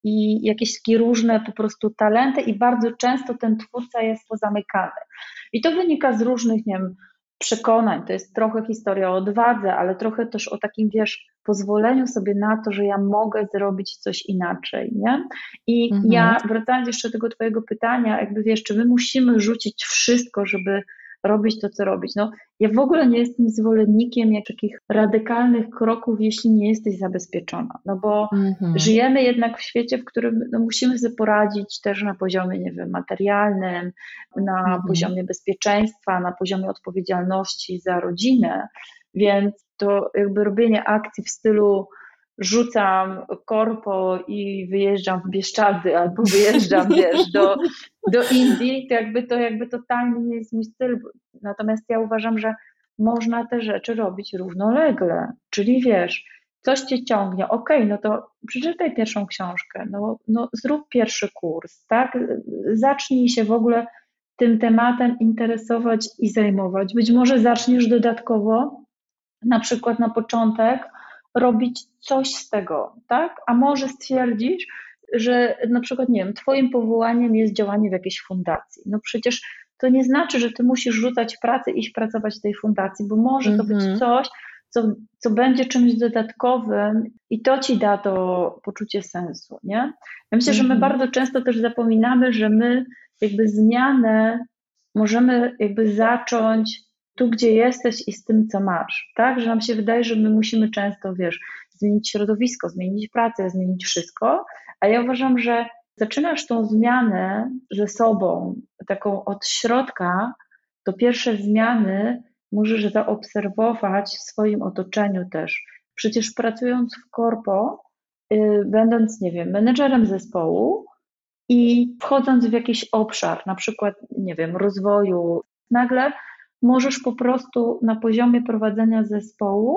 i jakieś takie różne po prostu talenty i bardzo często ten twórca jest pozamykany. I to wynika z różnych, nie wiem, przekonań, to jest trochę historia o odwadze, ale trochę też o takim, wiesz, pozwoleniu sobie na to, że ja mogę zrobić coś inaczej, nie? I mhm. ja, wracając jeszcze do tego twojego pytania, jakby wiesz, czy my musimy rzucić wszystko, żeby robić to, co robić? No, ja w ogóle nie jestem zwolennikiem jak takich radykalnych kroków, jeśli nie jesteś zabezpieczona, no bo mhm. żyjemy jednak w świecie, w którym no, musimy sobie poradzić też na poziomie, nie wiem, materialnym, na mhm. poziomie bezpieczeństwa, na poziomie odpowiedzialności za rodzinę, więc to jakby robienie akcji w stylu rzucam korpo i wyjeżdżam w Bieszczady albo wyjeżdżam, wiesz, do, do Indii, to jakby to jakby totalnie nie jest mój styl. Natomiast ja uważam, że można te rzeczy robić równolegle, czyli wiesz, coś cię ciągnie, okej, okay, no to przeczytaj pierwszą książkę, no, no zrób pierwszy kurs, tak, zacznij się w ogóle tym tematem interesować i zajmować. Być może zaczniesz dodatkowo, na przykład na początek, robić coś z tego, tak? A może stwierdzisz, że na przykład, nie wiem, twoim powołaniem jest działanie w jakiejś fundacji. No przecież to nie znaczy, że ty musisz rzucać pracę i iść pracować w tej fundacji, bo może mm-hmm. to być coś, co, co będzie czymś dodatkowym i to ci da to poczucie sensu, nie? Ja myślę, mm-hmm. że my bardzo często też zapominamy, że my jakby zmianę możemy jakby zacząć tu, gdzie jesteś i z tym, co masz, tak? Że nam się wydaje, że my musimy często, wiesz, zmienić środowisko, zmienić pracę, zmienić wszystko, a ja uważam, że zaczynasz tą zmianę ze sobą, taką od środka, to pierwsze zmiany możesz zaobserwować w swoim otoczeniu też. Przecież pracując w korpo, yy, będąc, nie wiem, menedżerem zespołu i wchodząc w jakiś obszar, na przykład, nie wiem, rozwoju, nagle możesz po prostu na poziomie prowadzenia zespołu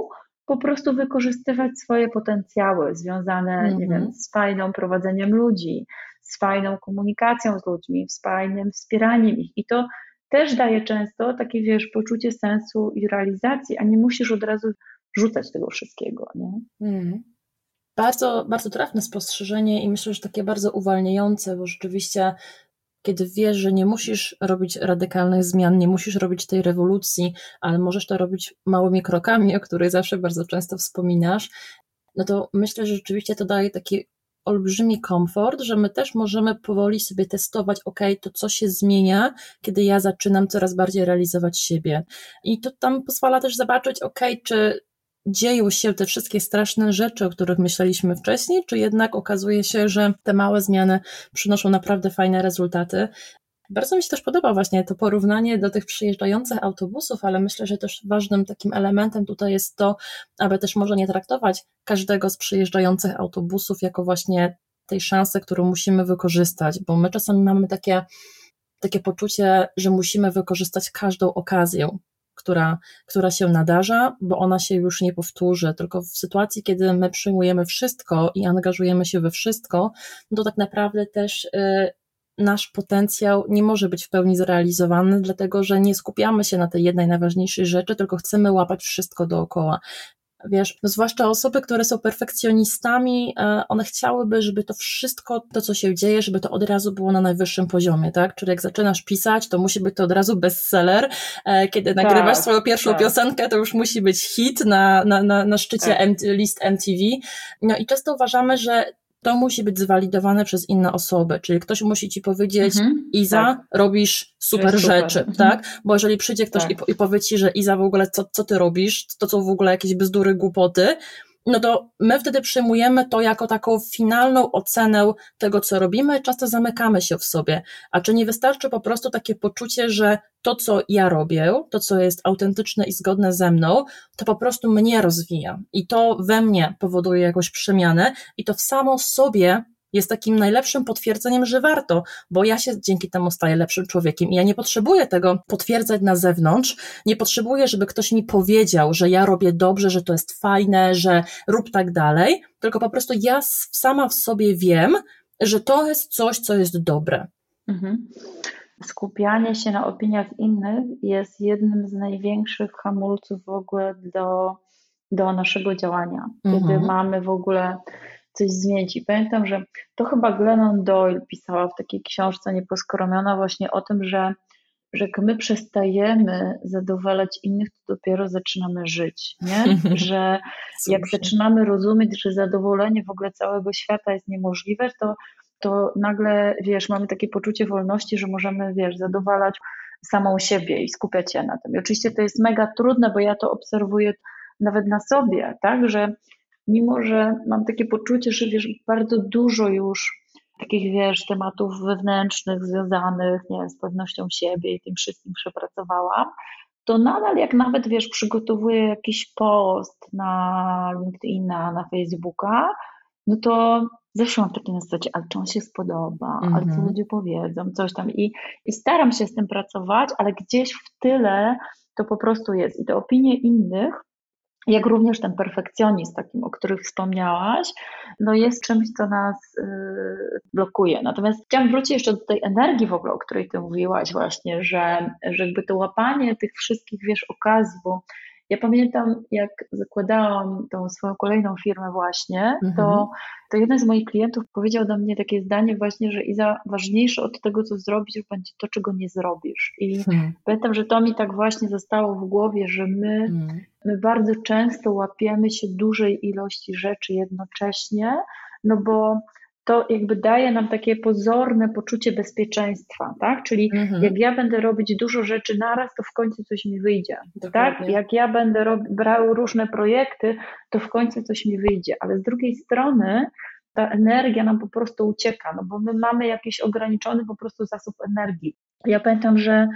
po prostu wykorzystywać swoje potencjały związane, Mhm. nie wiem, z fajną prowadzeniem ludzi, z fajną komunikacją z ludźmi, z fajnym wspieraniem ich. I to też daje często takie, wiesz, poczucie sensu i realizacji, a nie musisz od razu rzucać tego wszystkiego, nie? Mhm. Bardzo, bardzo trafne spostrzeżenie i myślę, że takie bardzo uwalniające, bo rzeczywiście kiedy wiesz, że nie musisz robić radykalnych zmian, nie musisz robić tej rewolucji, ale możesz to robić małymi krokami, o których zawsze bardzo często wspominasz, no to myślę, że rzeczywiście to daje taki olbrzymi komfort, że my też możemy powoli sobie testować, ok, to co się zmienia, kiedy ja zaczynam coraz bardziej realizować siebie. I to tam pozwala też zobaczyć, ok, czy dzieją się te wszystkie straszne rzeczy, o których myśleliśmy wcześniej, czy jednak okazuje się, że te małe zmiany przynoszą naprawdę fajne rezultaty. Bardzo mi się też podoba właśnie to porównanie do tych przyjeżdżających autobusów, ale myślę, że też ważnym takim elementem tutaj jest to, aby też może nie traktować każdego z przyjeżdżających autobusów jako właśnie tej szansy, którą musimy wykorzystać, bo my czasami mamy takie, takie poczucie, że musimy wykorzystać każdą okazję, która, która się nadarza, bo ona się już nie powtórzy, tylko w sytuacji, kiedy my przyjmujemy wszystko i angażujemy się we wszystko, no to tak naprawdę też yy, nasz potencjał nie może być w pełni zrealizowany, dlatego że nie skupiamy się na tej jednej najważniejszej rzeczy, tylko chcemy łapać wszystko dookoła. Wiesz, no zwłaszcza osoby, które są perfekcjonistami, one chciałyby, żeby to wszystko, to co się dzieje, żeby to od razu było na najwyższym poziomie, tak? Czyli jak zaczynasz pisać, to musi być to od razu bestseller, kiedy tak, nagrywasz swoją pierwszą tak. piosenkę, to już musi być hit na, na, na, na szczycie tak. M- list M T V. No i często uważamy, że to musi być zwalidowane przez inne osoby, czyli ktoś musi ci powiedzieć, mhm, Iza, tak, robisz super, super. rzeczy, mhm. tak? Bo jeżeli przyjdzie ktoś tak. i, i powie ci, że Iza w ogóle co, co ty robisz, to są w ogóle jakieś bzdury, głupoty, no to my wtedy przyjmujemy to jako taką finalną ocenę tego, co robimy, często zamykamy się w sobie. A czy nie wystarczy po prostu takie poczucie, że to, co ja robię, to, co jest autentyczne i zgodne ze mną, to po prostu mnie rozwija i to we mnie powoduje jakąś przemianę i to w samo sobie jest takim najlepszym potwierdzeniem, że warto, bo ja się dzięki temu staję lepszym człowiekiem i ja nie potrzebuję tego potwierdzać na zewnątrz, nie potrzebuję, żeby ktoś mi powiedział, że ja robię dobrze, że to jest fajne, że rób tak dalej, tylko po prostu ja sama w sobie wiem, że to jest coś, co jest dobre. Mhm. Skupianie się na opiniach innych jest jednym z największych hamulców w ogóle do, do naszego działania, mhm. kiedy mamy w ogóle coś zmienić. I pamiętam, że to chyba Glennon Doyle pisała w takiej książce Nieposkromiona właśnie o tym, że, że jak my przestajemy zadowalać innych, to dopiero zaczynamy żyć, nie? Że jak zaczynamy rozumieć, że zadowolenie w ogóle całego świata jest niemożliwe, to, to nagle, wiesz, mamy takie poczucie wolności, że możemy, wiesz, zadowalać samą siebie i skupiać się na tym. I oczywiście to jest mega trudne, bo ja to obserwuję nawet na sobie, tak, że mimo że mam takie poczucie, że wiesz, bardzo dużo już takich, wiesz, tematów wewnętrznych związanych, nie wiem, z pewnością siebie i tym wszystkim przepracowałam, to nadal jak nawet, wiesz, przygotowuję jakiś post na LinkedIna, na Facebooka, no to zawsze mam takie na zasadzie, ale czy on się spodoba, mm-hmm. ale co ludzie powiedzą, coś tam i, i staram się z tym pracować, ale gdzieś w tyle to po prostu jest i te opinie innych, jak również ten perfekcjonizm, takim, o których wspomniałaś, no jest czymś, co nas yy, blokuje. Natomiast chciałam wrócić jeszcze do tej energii w ogóle, o której ty mówiłaś właśnie, że, że jakby to łapanie tych wszystkich, wiesz, okazji, bo ja pamiętam, jak zakładałam tą swoją kolejną firmę właśnie, to, mhm. to jeden z moich klientów powiedział do mnie takie zdanie właśnie, że Iza, ważniejsze od tego, co zrobisz, będzie to, czego nie zrobisz. I hmm. pamiętam, że to mi tak właśnie zostało w głowie, że my, hmm. my bardzo często łapiemy się dużej ilości rzeczy jednocześnie, no bo to jakby daje nam takie pozorne poczucie bezpieczeństwa, tak? Czyli mhm. jak ja będę robić dużo rzeczy naraz, to w końcu coś mi wyjdzie, Dokładnie. tak? Jak ja będę rob- brał różne projekty, to w końcu coś mi wyjdzie, ale z drugiej strony ta energia nam po prostu ucieka, no bo my mamy jakiś ograniczony po prostu zasób energii. Ja pamiętam, że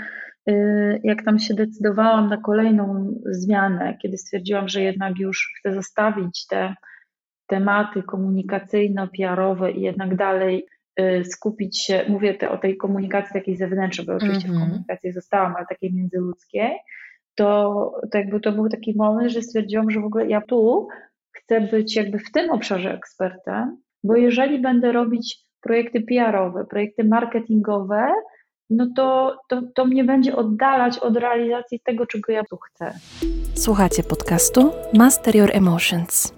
yy, jak tam się decydowałam na kolejną zmianę, kiedy stwierdziłam, że jednak już chcę zostawić te tematy komunikacyjno-P R-owe i jednak dalej y, skupić się, mówię te, o tej komunikacji takiej zewnętrznej, bo oczywiście mm-hmm. w komunikacji zostałam, ale takiej międzyludzkiej, to, to jakby to był taki moment, że stwierdziłam, że w ogóle ja tu chcę być jakby w tym obszarze ekspertem, bo jeżeli będę robić projekty P R-owe, projekty marketingowe, no to, to, to mnie będzie oddalać od realizacji tego, czego ja tu chcę. Słuchacie podcastu Master Your Emotions.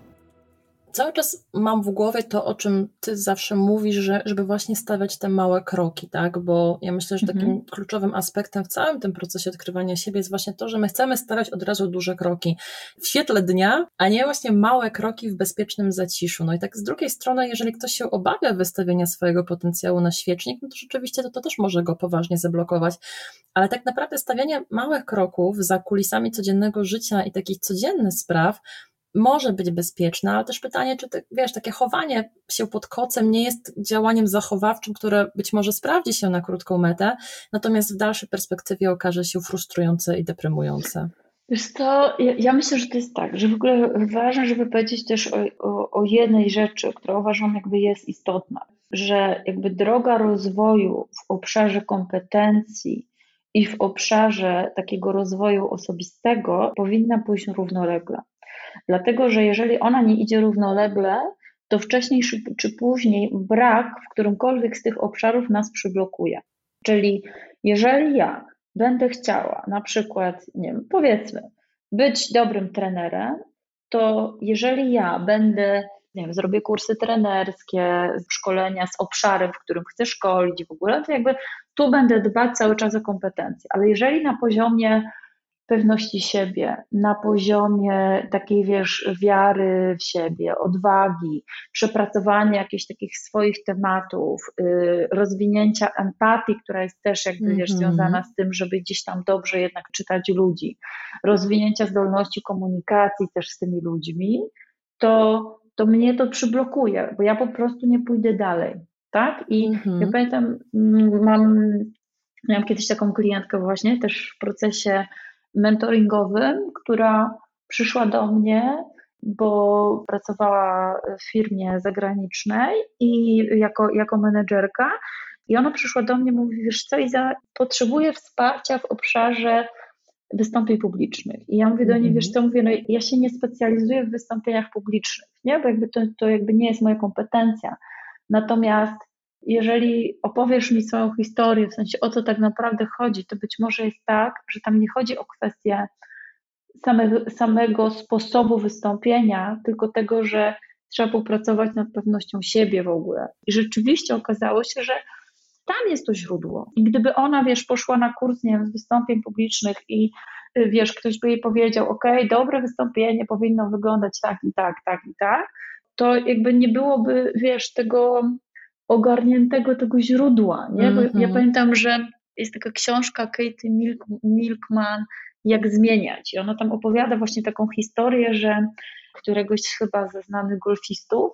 Cały czas mam w głowie to, o czym ty zawsze mówisz, że, żeby właśnie stawiać te małe kroki, tak? Bo ja myślę, że takim mhm. kluczowym aspektem w całym tym procesie odkrywania siebie jest właśnie to, że my chcemy stawiać od razu duże kroki w świetle dnia, a nie właśnie małe kroki w bezpiecznym zaciszu. No i tak z drugiej strony, jeżeli ktoś się obawia wystawienia swojego potencjału na świecznik, no to rzeczywiście to, to też może go poważnie zablokować. Ale tak naprawdę stawianie małych kroków za kulisami codziennego życia i takich codziennych spraw może być bezpieczne, ale też pytanie, czy ty, wiesz, takie chowanie się pod kocem nie jest działaniem zachowawczym, które być może sprawdzi się na krótką metę, natomiast w dalszej perspektywie okaże się frustrujące i deprymujące. Wiesz co, ja, ja myślę, że to jest tak, że w ogóle ważne, żeby powiedzieć też o, o, o jednej rzeczy, która uważam jakby jest istotna, że jakby droga rozwoju w obszarze kompetencji i w obszarze takiego rozwoju osobistego powinna pójść równolegle. Dlatego, że jeżeli ona nie idzie równolegle, to wcześniej czy później brak w którymkolwiek z tych obszarów nas przyblokuje. Czyli jeżeli ja będę chciała na przykład, nie wiem, powiedzmy, być dobrym trenerem, to jeżeli ja będę, nie wiem, zrobię kursy trenerskie, szkolenia z obszarem, w którym chcę szkolić w ogóle, to jakby tu będę dbać cały czas o kompetencje. Ale jeżeli na poziomie pewności siebie, na poziomie takiej, wiesz, wiary w siebie, odwagi, przepracowania jakichś takich swoich tematów, yy, rozwinięcia empatii, która jest też jakby, mm-hmm. wiesz, związana z tym, żeby gdzieś tam dobrze jednak czytać ludzi, rozwinięcia zdolności komunikacji też z tymi ludźmi, to, to mnie to przyblokuje, bo ja po prostu nie pójdę dalej, tak? I mm-hmm. ja pamiętam, mam, miałam kiedyś taką klientkę właśnie też w procesie mentoringowym, która przyszła do mnie, bo pracowała w firmie zagranicznej i jako, jako menedżerka i ona przyszła do mnie, mówi, wiesz co, Iza, potrzebuję wsparcia w obszarze wystąpień publicznych. I ja mówię do niej, mm-hmm. wiesz co, mówię, no ja się nie specjalizuję w wystąpieniach publicznych, nie? Bo jakby to, to jakby nie jest moja kompetencja. Natomiast jeżeli opowiesz mi swoją historię, w sensie o co tak naprawdę chodzi, to być może jest tak, że tam nie chodzi o kwestię samego, samego sposobu wystąpienia, tylko tego, że trzeba popracować nad pewnością siebie w ogóle. I rzeczywiście okazało się, że tam jest to źródło. I gdyby ona, wiesz, poszła na kurs, nie wiem, z wystąpień publicznych i wiesz, ktoś by jej powiedział, okej, dobre wystąpienie powinno wyglądać tak i tak, tak i tak, to jakby nie byłoby, wiesz, tego ogarniętego tego źródła, nie? Bo mm-hmm. ja pamiętam, że jest taka książka Katie Milk, Milkman, Jak zmieniać. I ona tam opowiada właśnie taką historię, że któregoś chyba ze znanych golfistów,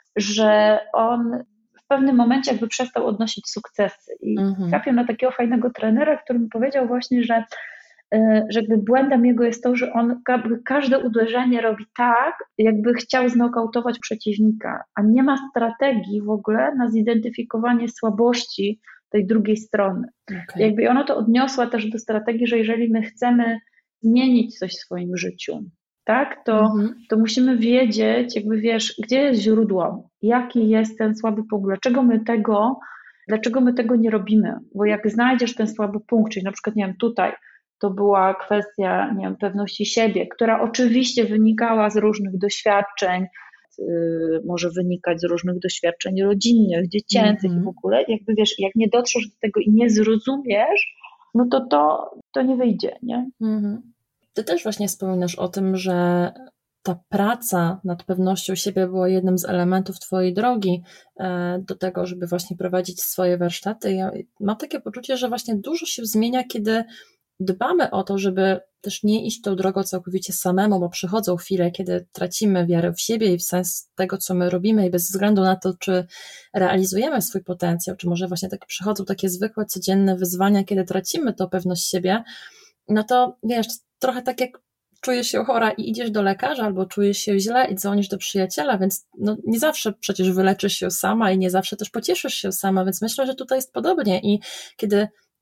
że on w pewnym momencie jakby przestał odnosić sukcesy i mm-hmm. trafił na takiego fajnego trenera, który mi powiedział właśnie, że że jakby błędem jego jest to, że on każde uderzenie robi tak, jakby chciał znokautować przeciwnika, a nie ma strategii w ogóle na zidentyfikowanie słabości tej drugiej strony. Okay. Jakby ona to odniosła też do strategii, że jeżeli my chcemy zmienić coś w swoim życiu, tak, to, mm-hmm. to musimy wiedzieć, jakby wiesz, gdzie jest źródło, jaki jest ten słaby punkt, dlaczego my tego, dlaczego my tego nie robimy, bo jak znajdziesz ten słaby punkt, czyli na przykład, nie wiem, tutaj, to była kwestia, nie wiem, pewności siebie, która oczywiście wynikała z różnych doświadczeń, yy, może wynikać z różnych doświadczeń rodzinnych, dziecięcych mm-hmm. i w ogóle, jakby wiesz, jak nie dotrzesz do tego i nie zrozumiesz, no to to, to nie wyjdzie, nie? Mm-hmm. Ty też właśnie wspominasz o tym, że ta praca nad pewnością siebie była jednym z elementów twojej drogi do tego, żeby właśnie prowadzić swoje warsztaty. Ja mam takie poczucie, że właśnie dużo się zmienia, kiedy dbamy o to, żeby też nie iść tą drogą całkowicie samemu, bo przychodzą chwile, kiedy tracimy wiarę w siebie i w sens tego, co my robimy i bez względu na to, czy realizujemy swój potencjał, czy może właśnie tak przychodzą takie zwykłe, codzienne wyzwania, kiedy tracimy tą pewność siebie, no to wiesz, trochę tak jak czujesz się chora i idziesz do lekarza albo czujesz się źle i dzwonisz do przyjaciela, więc no nie zawsze przecież wyleczysz się sama i nie zawsze też pocieszysz się sama, więc myślę, że tutaj jest podobnie i kiedy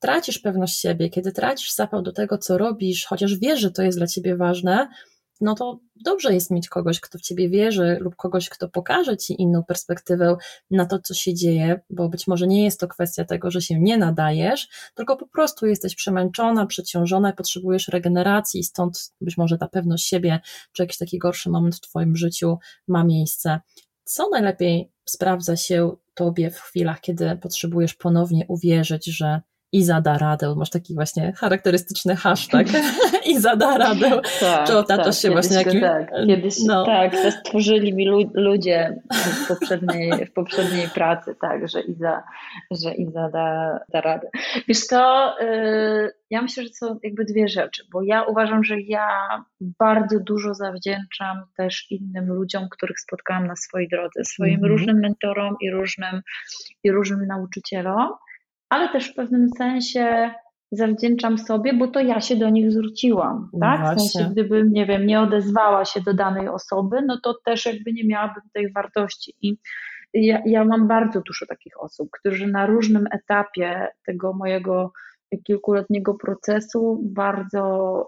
tracisz pewność siebie, kiedy tracisz zapał do tego, co robisz, chociaż wiesz, że to jest dla ciebie ważne, no to dobrze jest mieć kogoś, kto w ciebie wierzy lub kogoś, kto pokaże ci inną perspektywę na to, co się dzieje, bo być może nie jest to kwestia tego, że się nie nadajesz, tylko po prostu jesteś przemęczona, przeciążona i potrzebujesz regeneracji, stąd być może ta pewność siebie, czy jakiś taki gorszy moment w twoim życiu ma miejsce. Co najlepiej sprawdza się tobie w chwilach, kiedy potrzebujesz ponownie uwierzyć, że Iza da radę, masz taki właśnie charakterystyczny hashtag Iza da radę, tak, czy otaczasz tak, się właśnie jakim... Tak, kiedyś no. tak, to stworzyli mi lu- ludzie w poprzedniej, w poprzedniej pracy, tak, że Iza, że Iza da, da radę. Wiesz co, yy, ja myślę, że są jakby dwie rzeczy, bo ja uważam, że ja bardzo dużo zawdzięczam też innym ludziom, których spotkałam na swojej drodze, swoim mm-hmm. różnym mentorom i różnym, i różnym nauczycielom, ale też w pewnym sensie zawdzięczam sobie, bo to ja się do nich zwróciłam, tak? W sensie, gdybym, nie wiem, nie odezwała się do danej osoby, no to też jakby nie miałabym tej wartości. I ja, ja mam bardzo dużo takich osób, którzy na różnym etapie tego mojego kilkuletniego procesu bardzo,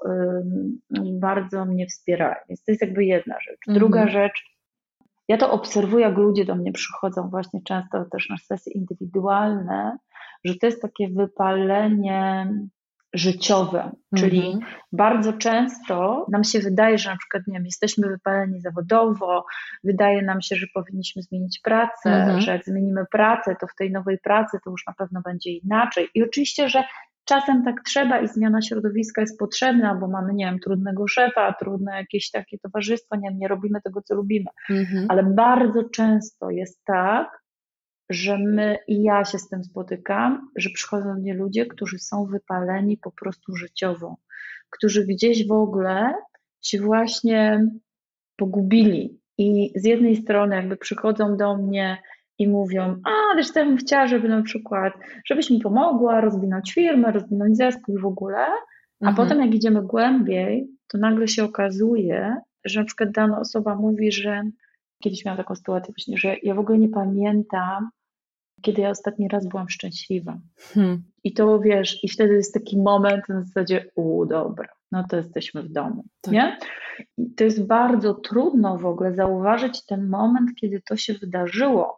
bardzo mnie wspierają. Więc to jest jakby jedna rzecz. Druga mhm. rzecz, ja to obserwuję, jak ludzie do mnie przychodzą właśnie często też na sesje indywidualne, że to jest takie wypalenie życiowe, mhm. czyli bardzo często nam się wydaje, że na przykład nie wiem, jesteśmy wypaleni zawodowo, wydaje nam się, że powinniśmy zmienić pracę, mhm. że jak zmienimy pracę, to w tej nowej pracy to już na pewno będzie inaczej. I oczywiście, że czasem tak trzeba i zmiana środowiska jest potrzebna, bo mamy, nie wiem, trudnego szefa, trudne jakieś takie towarzystwo, nie wiem, nie robimy tego, co lubimy. Mhm. Ale bardzo często jest tak, że my i ja się z tym spotykam, że przychodzą do mnie ludzie, którzy są wypaleni po prostu życiowo, którzy gdzieś w ogóle się właśnie pogubili i z jednej strony jakby przychodzą do mnie i mówią, a wiesz, ja bym chciała, żeby na przykład, żebyś mi pomogła rozwinąć firmę, rozwinąć zespół w ogóle, a mhm. potem jak idziemy głębiej, to nagle się okazuje, że na przykład dana osoba mówi, że kiedyś miałam taką sytuację właśnie, że ja w ogóle nie pamiętam, kiedy ja ostatni raz byłam szczęśliwa. Hmm. I to wiesz, i wtedy jest taki moment na zasadzie, u dobra, no to jesteśmy w domu, tak. nie? I to jest bardzo trudno w ogóle zauważyć ten moment, kiedy to się wydarzyło,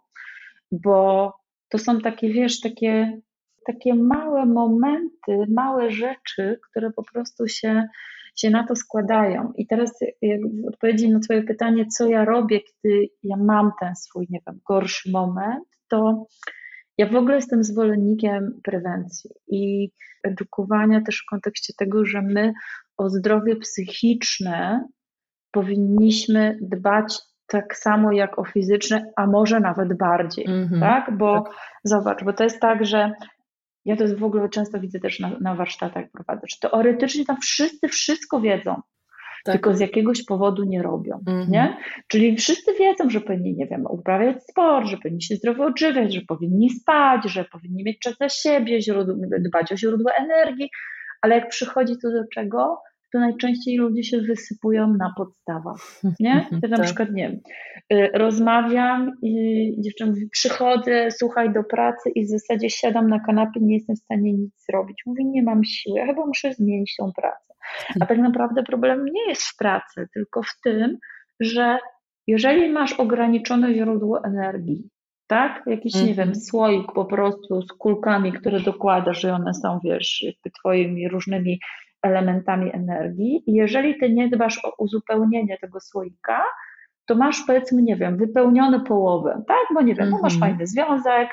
bo to są takie, wiesz, takie, takie małe momenty, małe rzeczy, które po prostu się, się na to składają. I teraz jak w odpowiedzi na twoje pytanie, co ja robię, kiedy ja mam ten swój, nie wiem, gorszy moment, to ja w ogóle jestem zwolennikiem prewencji i edukowania też w kontekście tego, że my o zdrowie psychiczne powinniśmy dbać tak samo jak o fizyczne, a może nawet bardziej, mm-hmm. tak? Bo tak. zobacz, bo to jest tak, że ja to w ogóle często widzę też na, na warsztatach prowadzę, że teoretycznie tam wszyscy wszystko wiedzą, tak. tylko z jakiegoś powodu nie robią, mm-hmm. nie? Czyli wszyscy wiedzą, że powinni, nie wiem, uprawiać sport, że powinni się zdrowo odżywiać, że powinni spać, że powinni mieć czas dla siebie, źródło, dbać o źródło energii, ale jak przychodzi to do czego, to najczęściej ludzie się wysypują na podstawach, nie? Ja na tak. przykład, nie wiem, rozmawiam i dziewczyna mówi, przychodzę, słuchaj, do pracy i w zasadzie siadam na kanapie, nie jestem w stanie nic zrobić. Mówię, nie mam siły, ja chyba muszę zmienić tą pracę. A tak naprawdę problem nie jest w pracy, tylko w tym, że jeżeli masz ograniczone źródło energii, tak? Jakiś, mm-hmm. nie wiem, słoik po prostu z kulkami, które dokładasz i one są, wiesz, jakby twoimi różnymi elementami energii i jeżeli ty nie dbasz o uzupełnienie tego słoika, to masz, powiedzmy, nie wiem, wypełnione połowę, tak? Bo nie wiem, mm-hmm. bo masz fajny związek,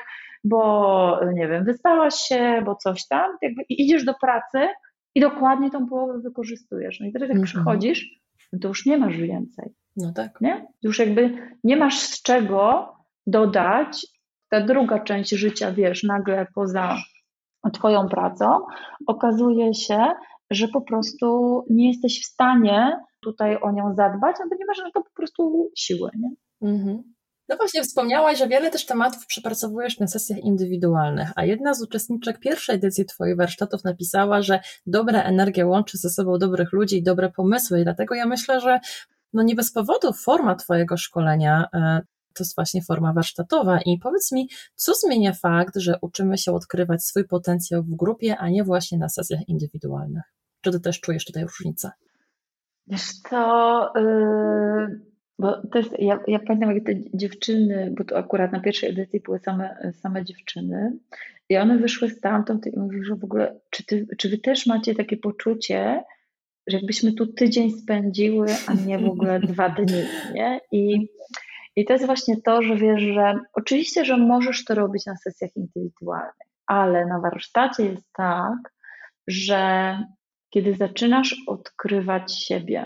bo nie wiem, wyspałaś się, bo coś tam, jakby i idziesz do pracy i dokładnie tą połowę wykorzystujesz. No i teraz jak mm-hmm. przychodzisz, no to już nie masz więcej. No tak. Nie? Już jakby nie masz z czego dodać. Ta druga część życia, wiesz, nagle poza twoją pracą okazuje się, że po prostu nie jesteś w stanie tutaj o nią zadbać, no bo nie masz na to po prostu siły, nie? Mm-hmm. No właśnie wspomniałaś, że wiele też tematów przepracowujesz na sesjach indywidualnych, a jedna z uczestniczek pierwszej edycji twoich warsztatów napisała, że dobra energia łączy ze sobą dobrych ludzi i dobre pomysły i dlatego ja myślę, że no nie bez powodu forma twojego szkolenia to jest właśnie forma warsztatowa. I powiedz mi, co zmienia fakt, że uczymy się odkrywać swój potencjał w grupie, a nie właśnie na sesjach indywidualnych? Czy ty też czujesz tutaj różnicę? Wiesz co, yy, bo też ja, ja pamiętam, jak te dziewczyny, bo to akurat na pierwszej edycji były same, same dziewczyny i one wyszły stamtąd i mówiły, że w ogóle, czy, ty, czy wy też macie takie poczucie, że jakbyśmy tu tydzień spędziły, a nie w ogóle dwa dni, nie? I, i to jest właśnie to, że wiesz, że oczywiście, że możesz to robić na sesjach indywidualnych, ale na warsztacie jest tak, że kiedy zaczynasz odkrywać siebie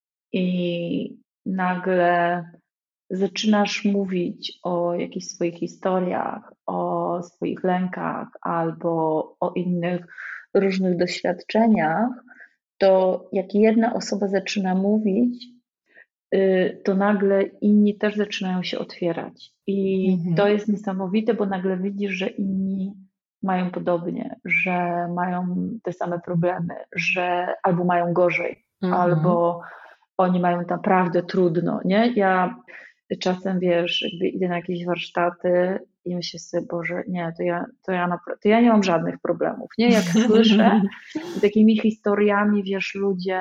i nagle zaczynasz mówić o jakichś swoich historiach, o swoich lękach albo o innych różnych doświadczeniach, to jak jedna osoba zaczyna mówić, to nagle inni też zaczynają się otwierać. I Mhm. to jest niesamowite, bo nagle widzisz, że inni mają podobnie, że mają te same problemy, że albo mają gorzej, Mhm. albo oni mają naprawdę trudno, nie? Ja czasem, wiesz, jakby idę na jakieś warsztaty i myślę sobie, Boże, nie, to ja, to ja, napra- to ja nie mam żadnych problemów, nie? Jak słyszę, i takimi historiami, wiesz, ludzie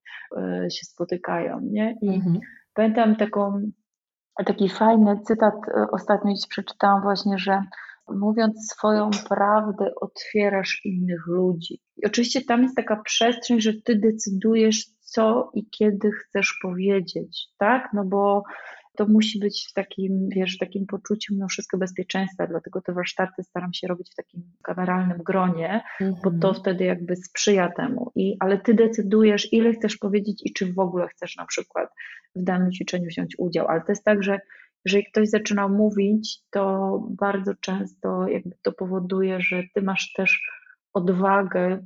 y, się spotykają, nie? I Mhm. pamiętam taką, taki fajny cytat, y, ostatnio dziś przeczytałam właśnie, że mówiąc swoją prawdę, otwierasz innych ludzi. I oczywiście tam jest taka przestrzeń, że ty decydujesz, co i kiedy chcesz powiedzieć, tak? No bo to musi być w takim, wiesz, w takim poczuciu mimo wszystko bezpieczeństwa, dlatego te warsztaty staram się robić w takim kameralnym gronie, bo to Mhm. wtedy jakby sprzyja temu. I, ale ty decydujesz, ile chcesz powiedzieć i czy w ogóle chcesz na przykład w danym ćwiczeniu wziąć udział. Ale to jest tak, że jeżeli ktoś zaczyna mówić, to bardzo często jakby to powoduje, że ty masz też odwagę,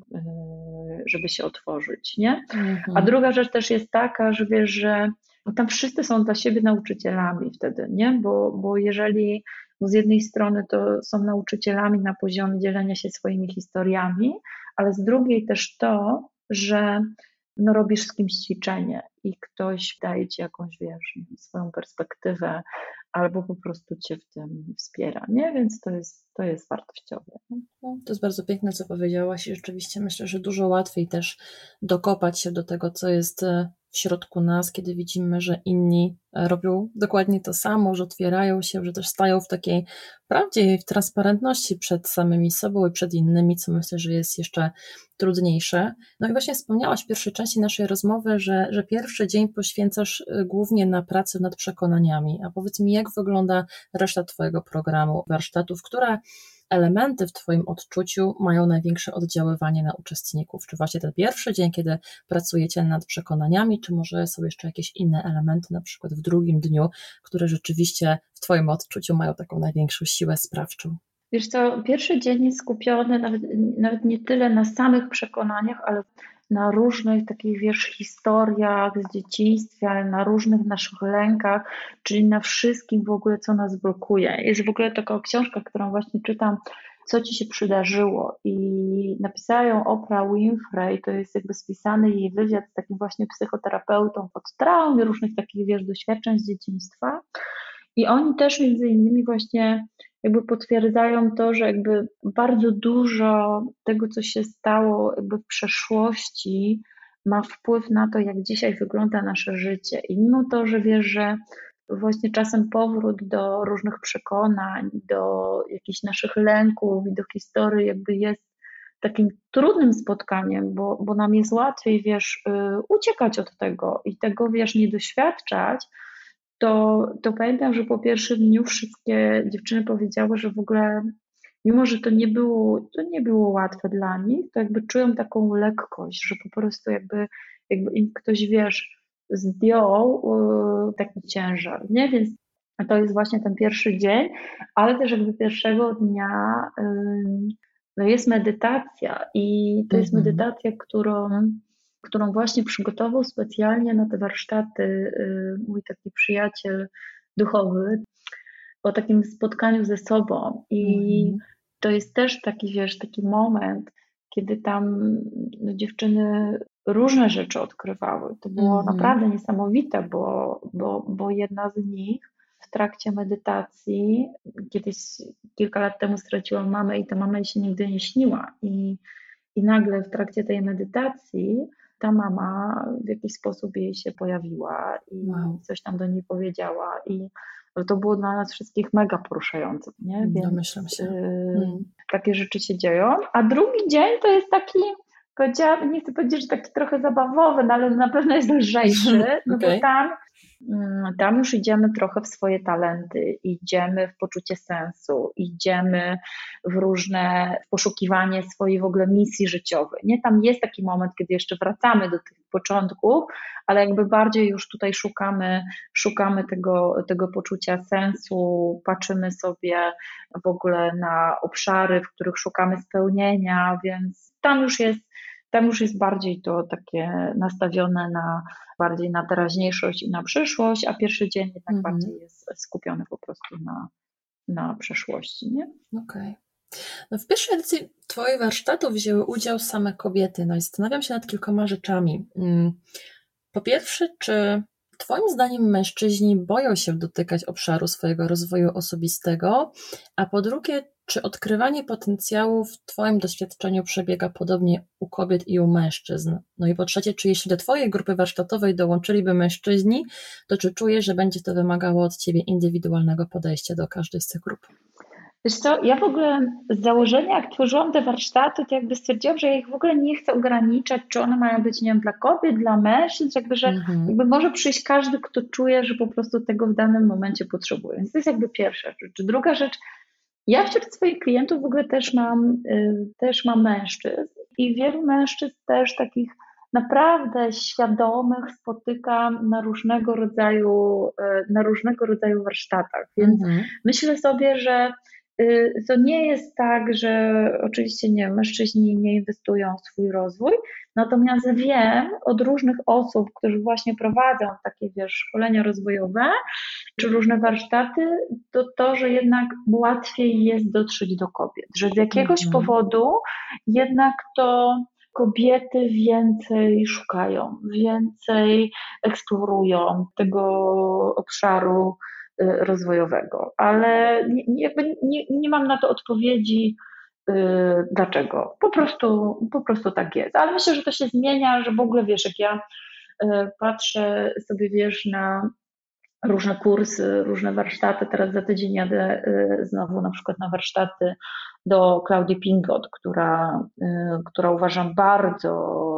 żeby się otworzyć, nie? Mhm. A druga rzecz też jest taka, że wiesz, że tam wszyscy są dla siebie nauczycielami wtedy, nie? Bo, bo jeżeli bo z jednej strony to są nauczycielami na poziomie dzielenia się swoimi historiami, ale z drugiej też to, że no robisz z kimś ćwiczenie i ktoś daje ci jakąś, wiesz, swoją perspektywę albo po prostu cię w tym wspiera, nie? Więc to jest, to jest wartościowe. No, to jest bardzo piękne, co powiedziałaś i rzeczywiście myślę, że dużo łatwiej też dokopać się do tego, co jest w środku nas, kiedy widzimy, że inni robią dokładnie to samo, że otwierają się, że też stają w takiej prawdzie i w transparentności przed samymi sobą i przed innymi, co myślę, że jest jeszcze trudniejsze. No i właśnie wspomniałaś w pierwszej części naszej rozmowy, że, że pierwszy dzień poświęcasz głównie na pracę nad przekonaniami. A powiedz mi, jak wygląda reszta twojego programu warsztatów, które elementy w twoim odczuciu mają największe oddziaływanie na uczestników? Czy właśnie ten pierwszy dzień, kiedy pracujecie nad przekonaniami, czy może są jeszcze jakieś inne elementy, na przykład w drugim dniu, które rzeczywiście w twoim odczuciu mają taką największą siłę sprawczą? Wiesz co, pierwszy dzień jest skupiony nawet, nawet nie tyle na samych przekonaniach, ale na różnych takich, wiesz, historiach z dzieciństwa, na różnych naszych lękach, czyli na wszystkim w ogóle, co nas blokuje. Jest w ogóle taka książka, którą właśnie czytam, Co ci się przydarzyło, i napisała ją Oprah Winfrey, to jest jakby spisany jej wywiad z takim właśnie psychoterapeutą od traum i różnych takich, wiesz, doświadczeń z dzieciństwa. I oni też między innymi właśnie jakby potwierdzają to, że jakby bardzo dużo tego, co się stało jakby w przeszłości, ma wpływ na to, jak dzisiaj wygląda nasze życie. I mimo to, że wiesz, że właśnie czasem powrót do różnych przekonań, do jakichś naszych lęków i do historii jakby jest takim trudnym spotkaniem, bo, bo nam jest łatwiej, wiesz, uciekać od tego i tego, wiesz, nie doświadczać, to, to pamiętam, że po pierwszym dniu wszystkie dziewczyny powiedziały, że w ogóle mimo, że to nie było, to nie było łatwe dla nich, to jakby czują taką lekkość, że po prostu jakby, jakby im ktoś, wiesz, zdjął yy, taki ciężar, nie? Więc to jest właśnie ten pierwszy dzień, ale też jakby pierwszego dnia yy, no jest medytacja i to jest Mhm. medytacja, którą którą właśnie przygotował specjalnie na te warsztaty yy, mój taki przyjaciel duchowy, o takim spotkaniu ze sobą. I Mhm. to jest też taki, wiesz, taki moment, kiedy tam no, dziewczyny różne rzeczy odkrywały. To było Mhm. naprawdę niesamowite, bo, bo, bo jedna z nich w trakcie medytacji, kiedyś kilka lat temu straciłam mamę i ta mama jej się nigdy nie śniła i, i nagle w trakcie tej medytacji ta mama w jakiś sposób jej się pojawiła i Wow. coś tam do niej powiedziała i to było dla nas wszystkich mega poruszające, nie? Więc Domyślam się. Yy, Hmm. takie rzeczy się dzieją, a drugi dzień to jest taki, powiedziałam, nie chcę powiedzieć, że taki trochę zabawowy, no ale na pewno jest lżejszy, no Okay. bo tam Tam już idziemy trochę w swoje talenty, idziemy w poczucie sensu, idziemy w różne w poszukiwanie swojej w ogóle misji życiowej. Nie, tam jest taki moment, kiedy jeszcze wracamy do tych początków, ale jakby bardziej już tutaj szukamy, szukamy tego, tego poczucia sensu, patrzymy sobie w ogóle na obszary, w których szukamy spełnienia, więc tam już jest Tam już jest bardziej to takie nastawione na bardziej na teraźniejszość i na przyszłość, a pierwszy dzień jednak mm-hmm. bardziej jest skupiony po prostu na, na przeszłości, nie? Okej. Okay. No w pierwszej edycji Twoich warsztatów wzięły udział same kobiety. No i zastanawiam się nad kilkoma rzeczami. Po pierwsze, czy Twoim zdaniem mężczyźni boją się dotykać obszaru swojego rozwoju osobistego, a po drugie, czy odkrywanie potencjału w Twoim doświadczeniu przebiega podobnie u kobiet i u mężczyzn? No i po trzecie, czy jeśli do Twojej grupy warsztatowej dołączyliby mężczyźni, to czy czujesz, że będzie to wymagało od Ciebie indywidualnego podejścia do każdej z tych grup? Wiesz co, ja w ogóle z założenia, jak tworzyłam te warsztaty, to jakby stwierdziłam, że ja ich w ogóle nie chcę ograniczać, czy one mają być, nie wiem, dla kobiet, dla mężczyzn, jakby, że mm-hmm. jakby może przyjść każdy, kto czuje, że po prostu tego w danym momencie potrzebuje. Więc to jest jakby pierwsza rzecz. Druga rzecz, ja wśród swoich klientów w ogóle też mam, y, też mam mężczyzn i wielu mężczyzn też takich naprawdę świadomych spotykam na różnego rodzaju, y, na różnego rodzaju warsztatach. Więc mm-hmm. myślę sobie, że y, to nie jest tak, że oczywiście nie, mężczyźni nie inwestują w swój rozwój, natomiast wiem od różnych osób, którzy właśnie prowadzą takie, wiesz, szkolenia rozwojowe, czy różne warsztaty, to to, że jednak łatwiej jest dotrzeć do kobiet, że z jakiegoś mm-hmm. powodu jednak to kobiety więcej szukają, więcej eksplorują tego obszaru rozwojowego, ale nie, nie, nie, nie mam na to odpowiedzi, yy, dlaczego. Po prostu, po prostu tak jest, ale myślę, że to się zmienia, że w ogóle wiesz, jak ja yy, patrzę sobie, wiesz, na różne kursy, różne warsztaty. Teraz za tydzień jadę znowu na przykład na warsztaty do Klaudii Pingot, która, która uważam bardzo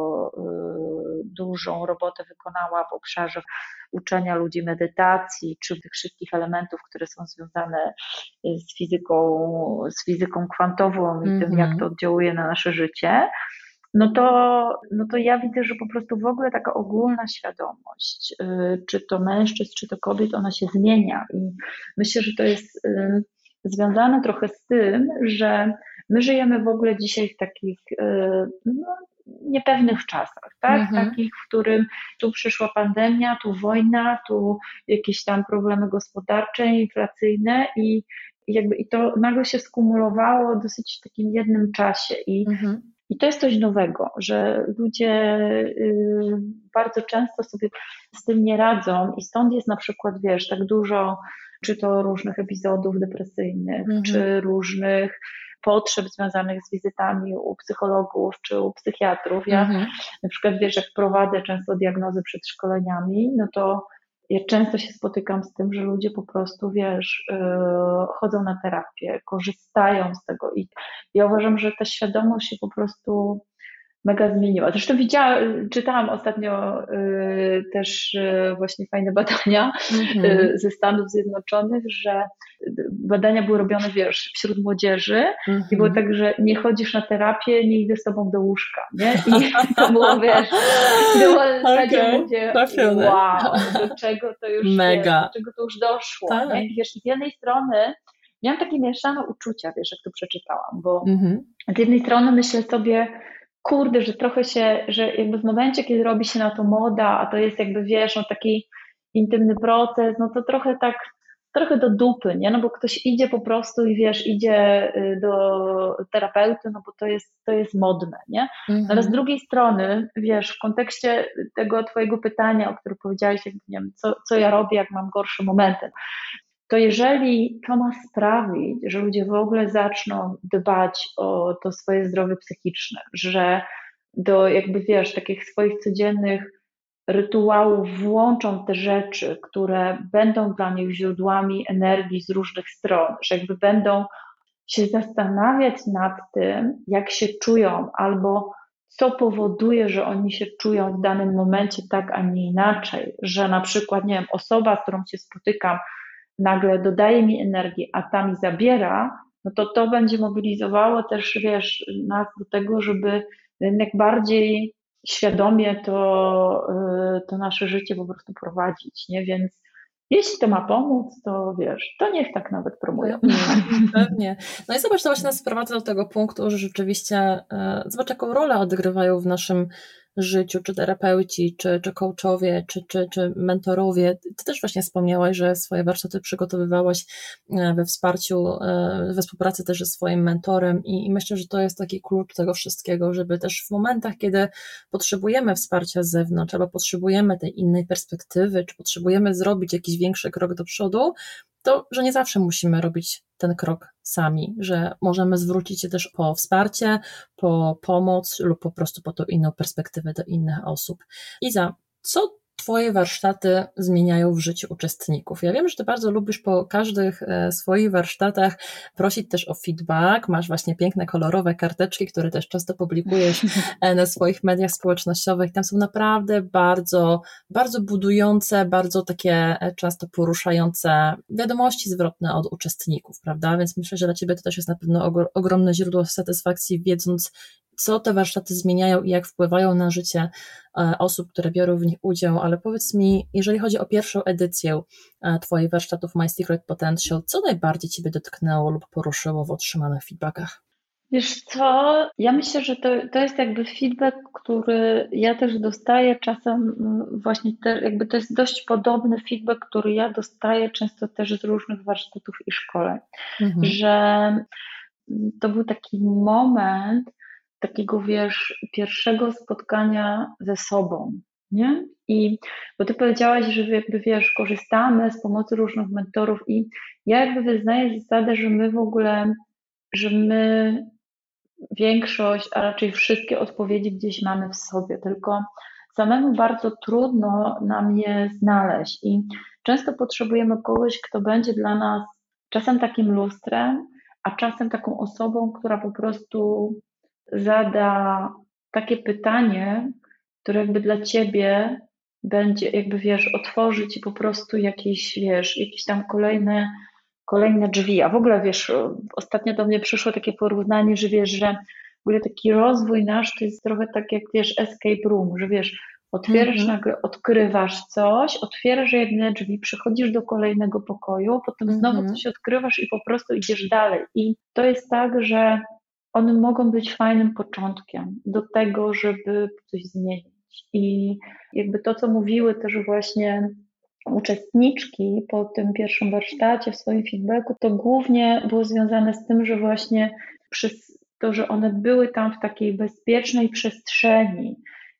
dużą robotę wykonała w obszarze uczenia ludzi medytacji, czy tych wszystkich elementów, które są związane z fizyką, z fizyką kwantową i mm-hmm. tym, jak to oddziałuje na nasze życie. No to, no to ja widzę, że po prostu w ogóle taka ogólna świadomość, czy to mężczyzn, czy to kobiet, ona się zmienia i myślę, że to jest związane trochę z tym, że my żyjemy w ogóle dzisiaj w takich no, niepewnych czasach, tak? Mhm. Takich, w którym tu przyszła pandemia, tu wojna, tu jakieś tam problemy gospodarcze, inflacyjne i jakby i to nagle się skumulowało dosyć w takim jednym czasie i mhm. I to jest coś nowego, że ludzie bardzo często sobie z tym nie radzą i stąd jest na przykład, wiesz, tak dużo, czy to różnych epizodów depresyjnych, mm-hmm. czy różnych potrzeb związanych z wizytami u psychologów, czy u psychiatrów. Ja mm-hmm. na przykład, wiesz, jak prowadzę często diagnozy przed szkoleniami, no to ja często się spotykam z tym, że ludzie po prostu, wiesz, yy, chodzą na terapię, korzystają z tego i ja uważam, że ta świadomość się po prostu mega zmieniła. Zresztą widziałam, czytałam ostatnio yy, też yy, właśnie fajne badania mm-hmm. yy, ze Stanów Zjednoczonych, że badania były robione, wiesz, wśród młodzieży mm-hmm. i było tak, że nie chodzisz na terapię, nie idę z tobą do łóżka, nie? I to było, wiesz, było w zasadzie okay. mówię, wow, do czego to już mega. Jest, do czego to już doszło, tak. nie? I wiesz, z jednej strony miałam takie mieszane uczucia, wiesz, jak to przeczytałam, bo mm-hmm. z jednej strony myślę sobie, kurde, że trochę się, że jakby w momencie, kiedy robi się na to moda, a to jest jakby, wiesz, no taki intymny proces, no to trochę tak, trochę do dupy, nie? No bo ktoś idzie po prostu i wiesz, idzie do terapeuty, no bo to jest, to jest modne, nie? Mhm. Ale z drugiej strony, wiesz, w kontekście tego twojego pytania, o którym powiedziałeś, jakby, nie wiem, co, co ja robię, jak mam gorsze momenty, to jeżeli to ma sprawić, że ludzie w ogóle zaczną dbać o to swoje zdrowie psychiczne, że do jakby wiesz, takich swoich codziennych rytuałów włączą te rzeczy, które będą dla nich źródłami energii z różnych stron, że jakby będą się zastanawiać nad tym, jak się czują, albo co powoduje, że oni się czują w danym momencie tak, a nie inaczej, że na przykład, nie wiem, osoba, z którą się spotykam, nagle dodaje mi energii, a ta mi zabiera, no to to będzie mobilizowało też, wiesz, nas do tego, żeby jednak bardziej świadomie to, to nasze życie po prostu prowadzić, nie? Więc jeśli to ma pomóc, to wiesz, to niech tak nawet promują. Pewnie, pewnie. No i zobacz, to właśnie nas sprowadza do tego punktu, że rzeczywiście e, zobacz, jaką rolę odgrywają w naszym życiu, czy terapeuci, czy, czy coachowie, czy, czy, czy mentorowie. Ty też właśnie wspomniałaś, że swoje warsztaty przygotowywałaś we wsparciu, we współpracy też ze swoim mentorem i, i myślę, że to jest taki klucz tego wszystkiego, żeby też w momentach, kiedy potrzebujemy wsparcia z zewnątrz, albo potrzebujemy tej innej perspektywy, czy potrzebujemy zrobić jakiś większy krok do przodu, to, że nie zawsze musimy robić ten krok sami, że możemy zwrócić się też po wsparcie, po pomoc lub po prostu po tą inną perspektywę do innych osób. Iza, co Twoje warsztaty zmieniają w życiu uczestników? Ja wiem, że Ty bardzo lubisz po każdych swoich warsztatach prosić też o feedback, masz właśnie piękne, kolorowe karteczki, które też często publikujesz na swoich mediach społecznościowych. Tam są naprawdę bardzo, bardzo budujące, bardzo takie często poruszające wiadomości zwrotne od uczestników, prawda? Więc myślę, że dla Ciebie to też jest na pewno ogromne źródło satysfakcji, wiedząc, co te warsztaty zmieniają i jak wpływają na życie osób, które biorą w nich udział, ale powiedz mi, jeżeli chodzi o pierwszą edycję Twoich warsztatów My Secret Potential, co najbardziej Ciebie dotknęło lub poruszyło w otrzymanych feedbackach? Wiesz co, ja myślę, że to, to jest jakby feedback, który ja też dostaję czasem właśnie, te, jakby to jest dość podobny feedback, który ja dostaję często też z różnych warsztatów i szkoleń, mhm. że to był taki moment takiego, wiesz, pierwszego spotkania ze sobą, nie? I bo ty powiedziałaś, że jakby, wiesz, korzystamy z pomocy różnych mentorów i ja jakby wyznaję zasadę, że my w ogóle, że my większość, a raczej wszystkie odpowiedzi gdzieś mamy w sobie, tylko samemu bardzo trudno nam je znaleźć i często potrzebujemy kogoś, kto będzie dla nas czasem takim lustrem, a czasem taką osobą, która po prostu zada takie pytanie, które jakby dla ciebie będzie, jakby wiesz, otworzy ci po prostu jakieś, wiesz, jakieś tam kolejne, kolejne drzwi. A w ogóle, wiesz, ostatnio do mnie przyszło takie porównanie, że wiesz, że w ogóle taki rozwój nasz to jest trochę tak jak, wiesz, escape room, że wiesz, otwierasz mm-hmm. nagle, odkrywasz coś, otwierasz jedne drzwi, przechodzisz do kolejnego pokoju, potem mm-hmm. znowu coś odkrywasz i po prostu idziesz dalej. I to jest tak, że one mogą być fajnym początkiem do tego, żeby coś zmienić. I jakby to, co mówiły też właśnie uczestniczki po tym pierwszym warsztacie w swoim feedbacku, to głównie było związane z tym, że właśnie przez to, że one były tam w takiej bezpiecznej przestrzeni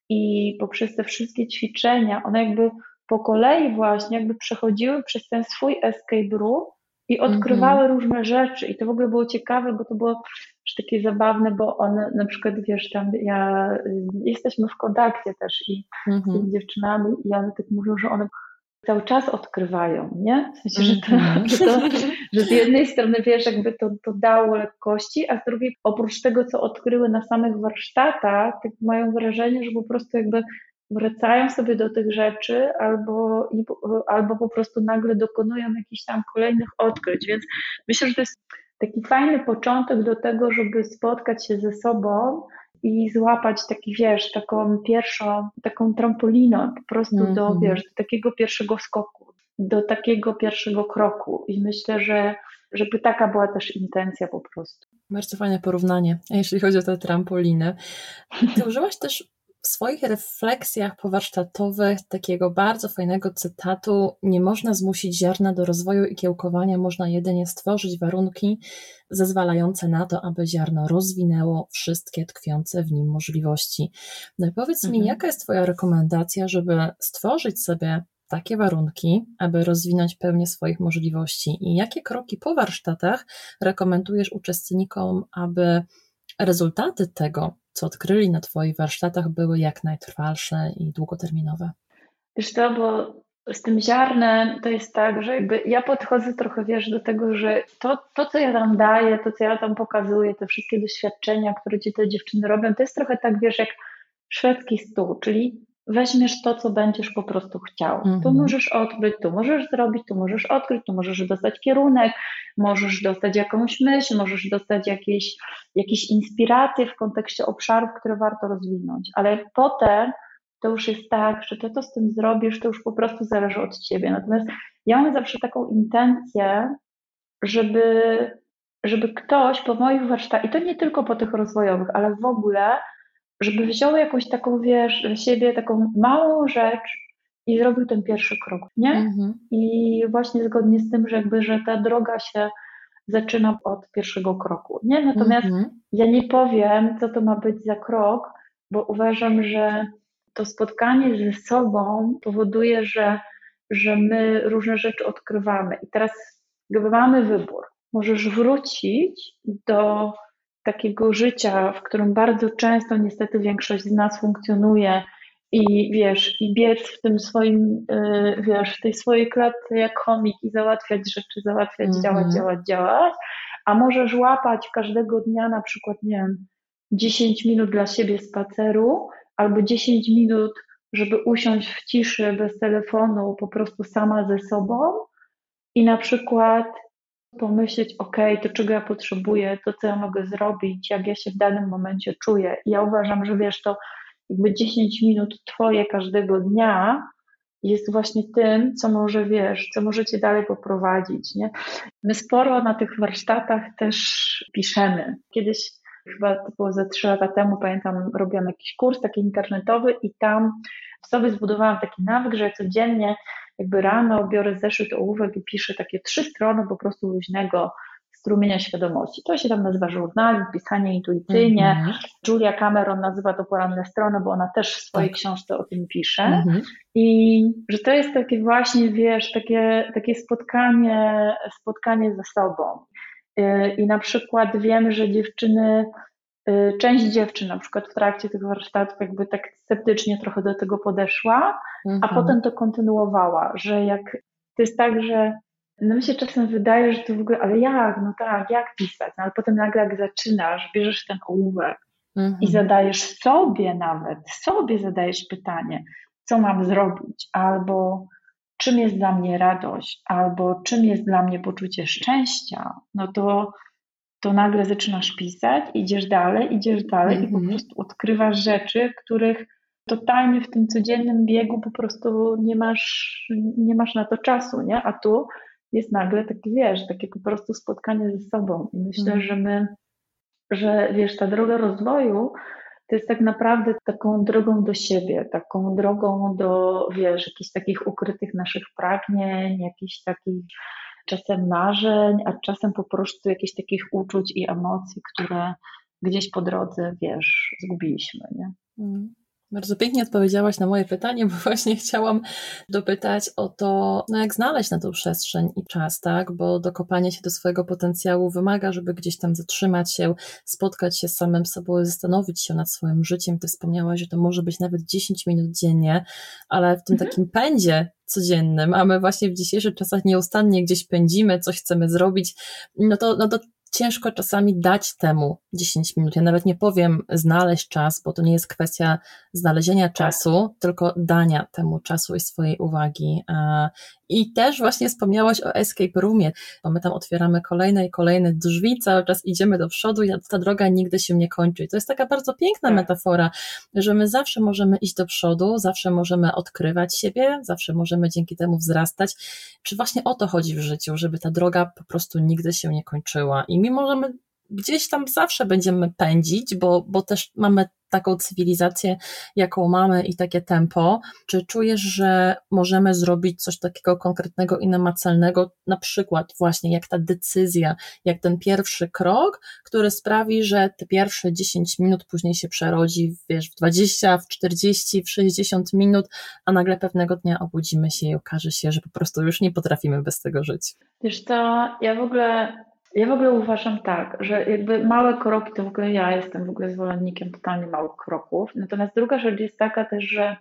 i poprzez te wszystkie ćwiczenia, one jakby po kolei właśnie jakby przechodziły przez ten swój escape room i odkrywały mm-hmm. różne rzeczy i to w ogóle było ciekawe, bo to było takie zabawne, bo one na przykład, wiesz, tam ja, jesteśmy w kontakcie też i mm-hmm. z tymi dziewczynami i one tak mówią, że one cały czas odkrywają, nie? W sensie, że, to, mm-hmm. że, to, że z jednej strony, wiesz, jakby to, to dało lekkości, a z drugiej oprócz tego, co odkryły na samych warsztatach, tak mają wrażenie, że po prostu jakby wracają sobie do tych rzeczy albo, albo po prostu nagle dokonują jakichś tam kolejnych odkryć, więc myślę, że to jest taki fajny początek do tego, żeby spotkać się ze sobą i złapać taki, wiesz, taką pierwszą, taką trampolinę po prostu mm-hmm. do, wiesz, do takiego pierwszego skoku, do takiego pierwszego kroku i myślę, że żeby taka była też intencja po prostu. Bardzo fajne porównanie, jeśli chodzi o tę trampolinę. Ty użyłaś też w swoich refleksjach powarsztatowych takiego bardzo fajnego cytatu: nie można zmusić ziarna do rozwoju i kiełkowania, można jedynie stworzyć warunki zezwalające na to, aby ziarno rozwinęło wszystkie tkwiące w nim możliwości. No i powiedz mhm. mi, jaka jest Twoja rekomendacja, żeby stworzyć sobie takie warunki, aby rozwinąć pełnię swoich możliwości i jakie kroki po warsztatach rekomendujesz uczestnikom, aby rezultaty tego, co odkryli na Twoich warsztatach, były jak najtrwalsze i długoterminowe? Wiesz co, bo z tym ziarnem to jest tak, że jakby ja podchodzę trochę, wiesz, do tego, że to, to, co ja tam daję, to, co ja tam pokazuję, te wszystkie doświadczenia, które ci te dziewczyny robią, to jest trochę tak, wiesz, jak szwedzki stół, czyli weźmiesz to, co będziesz po prostu chciał. Mhm. Tu możesz odkryć, tu możesz zrobić, tu możesz odkryć, tu możesz dostać kierunek, możesz dostać jakąś myśl, możesz dostać jakieś, jakieś inspiracje w kontekście obszarów, które warto rozwinąć, ale potem to już jest tak, że to, co z tym zrobisz, to już po prostu zależy od ciebie. Natomiast ja mam zawsze taką intencję, żeby, żeby ktoś po moich warsztatach, i to nie tylko po tych rozwojowych, ale w ogóle, żeby wziął jakąś taką, wiesz, dla siebie taką małą rzecz i zrobił ten pierwszy krok, nie? Mhm. I właśnie zgodnie z tym, że jakby, że ta droga się zaczyna od pierwszego kroku, nie? Natomiast Mhm. ja nie powiem, co to ma być za krok, bo uważam, że to spotkanie ze sobą powoduje, że, że my różne rzeczy odkrywamy. I teraz jakby mamy wybór. Możesz wrócić do takiego życia, w którym bardzo często niestety większość z nas funkcjonuje i wiesz, i biec w tym swoim, yy, wiesz, w tej swojej klatce jak chomik i załatwiać rzeczy, załatwiać, Mhm. działać, działać, działać, a możesz łapać każdego dnia na przykład, nie wiem, dziesięć minut dla siebie spaceru, albo dziesięć minut, żeby usiąść w ciszy, bez telefonu, po prostu sama ze sobą i na przykład pomyśleć, ok, to czego ja potrzebuję, to co ja mogę zrobić, jak ja się w danym momencie czuję. I ja uważam, że wiesz, to jakby dziesięć minut twoje każdego dnia jest właśnie tym, co może, wiesz, co może cię dalej poprowadzić, nie? My sporo na tych warsztatach też piszemy. Kiedyś, chyba to było ze trzy lata temu, pamiętam, robiłam jakiś kurs taki internetowy i tam w sobie zbudowałam taki nawyk, że codziennie jakby rano biorę zeszyt, ołówek i piszę takie trzy strony po prostu luźnego strumienia świadomości. To się tam nazywa żurnalizm, pisanie intuicyjnie. Mhm. Julia Cameron nazywa to poranne strony, bo ona też w swojej Tak. książce o tym pisze. Mhm. I że to jest takie właśnie, wiesz, takie, takie spotkanie, spotkanie ze sobą. I na przykład wiem, że dziewczyny, część dziewczyn na przykład w trakcie tych warsztatów jakby tak sceptycznie trochę do tego podeszła, Mhm. a potem to kontynuowała, że jak to jest tak, że no mi się czasem wydaje, że to w ogóle, ale jak, no tak, jak pisać, no ale potem nagle jak zaczynasz, bierzesz ten ołówek Mhm. i zadajesz sobie nawet, sobie zadajesz pytanie, co mam zrobić, albo czym jest dla mnie radość, albo czym jest dla mnie poczucie szczęścia, no to, to nagle zaczynasz pisać, idziesz dalej, idziesz dalej i po Mhm. prostu odkrywasz rzeczy, których totalnie w tym codziennym biegu po prostu nie masz, nie masz na to czasu, nie? A tu jest nagle takie, wiesz, takie po prostu spotkanie ze sobą. I myślę, Mhm. że my, że wiesz, ta droga rozwoju to jest tak naprawdę taką drogą do siebie, taką drogą do, wiesz, jakichś takich ukrytych naszych pragnień, jakichś takich czasem marzeń, a czasem po prostu jakichś takich uczuć i emocji, które gdzieś po drodze, wiesz, zgubiliśmy, nie? Mhm. Bardzo pięknie odpowiedziałaś na moje pytanie, bo właśnie chciałam dopytać o to, no jak znaleźć na tą przestrzeń i czas, tak? Bo dokopanie się do swojego potencjału wymaga, żeby gdzieś tam zatrzymać się, spotkać się z samym sobą, zastanowić się nad swoim życiem. Ty wspomniałaś, że to może być nawet dziesięć minut dziennie, ale w tym Mhm. takim pędzie codziennym, a my właśnie w dzisiejszych czasach nieustannie gdzieś pędzimy, coś chcemy zrobić, no to, no to ciężko czasami dać temu dziesięć minut. Ja nawet nie powiem znaleźć czas, bo to nie jest kwestia znalezienia czasu, tylko dania temu czasu i swojej uwagi. I też właśnie wspomniałaś o escape roomie, bo my tam otwieramy kolejne i kolejne drzwi, cały czas idziemy do przodu i ta droga nigdy się nie kończy. I to jest taka bardzo piękna Tak. metafora, że my zawsze możemy iść do przodu, zawsze możemy odkrywać siebie, zawsze możemy dzięki temu wzrastać. Czy właśnie o to chodzi w życiu, żeby ta droga po prostu nigdy się nie kończyła? I mimo, że my gdzieś tam zawsze będziemy pędzić, bo, bo też mamy taką cywilizację, jaką mamy i takie tempo. Czy czujesz, że możemy zrobić coś takiego konkretnego i namacalnego, na przykład właśnie jak ta decyzja, jak ten pierwszy krok, który sprawi, że te pierwsze dziesięć minut później się przerodzi, wiesz, w dwadzieścia, w czterdzieści, w sześćdziesiąt minut, a nagle pewnego dnia obudzimy się i okaże się, że po prostu już nie potrafimy bez tego żyć. Wiesz co, ja w ogóle Ja w ogóle uważam tak, że jakby małe kroki, to w ogóle ja jestem w ogóle zwolennikiem totalnie małych kroków. Natomiast druga rzecz jest taka też, że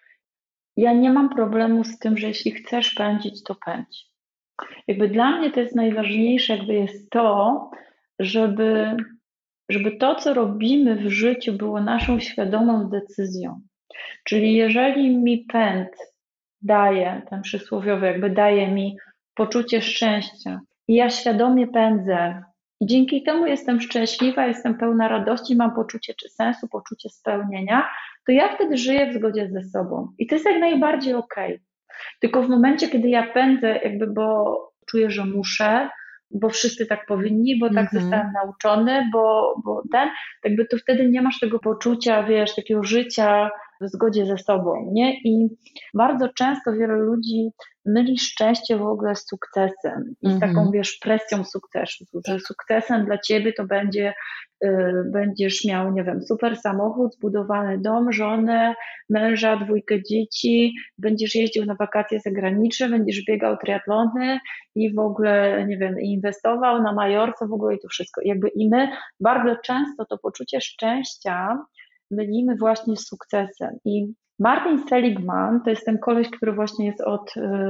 ja nie mam problemu z tym, że jeśli chcesz pędzić, to pędź. Jakby dla mnie to jest najważniejsze, jakby jest to, żeby, żeby to, co robimy w życiu, było naszą świadomą decyzją. Czyli jeżeli mi pęd daje, ten przysłowiowy, jakby daje mi poczucie szczęścia, i ja świadomie pędzę i dzięki temu jestem szczęśliwa, jestem pełna radości, mam poczucie czy sensu, poczucie spełnienia, to ja wtedy żyję w zgodzie ze sobą. I to jest jak najbardziej okej. Tylko w momencie, kiedy ja pędzę, jakby bo czuję, że muszę, bo wszyscy tak powinni, bo tak Mhm. zostałem nauczony, bo, bo ten, jakby to wtedy nie masz tego poczucia, wiesz, takiego życia w zgodzie ze sobą, nie? I bardzo często wiele ludzi myli szczęście w ogóle z sukcesem i z taką, Mhm. wiesz, presją sukcesu, że sukcesem dla ciebie to będzie, y, będziesz miał, nie wiem, super samochód, zbudowany dom, żonę, męża, dwójkę dzieci, będziesz jeździł na wakacje zagraniczne, będziesz biegał triatlony i w ogóle, nie wiem, inwestował na Majorce, w ogóle i to wszystko. Jakby i my bardzo często to poczucie szczęścia mylimy właśnie z sukcesem. I Martin Seligman to jest ten koleś, który właśnie jest od,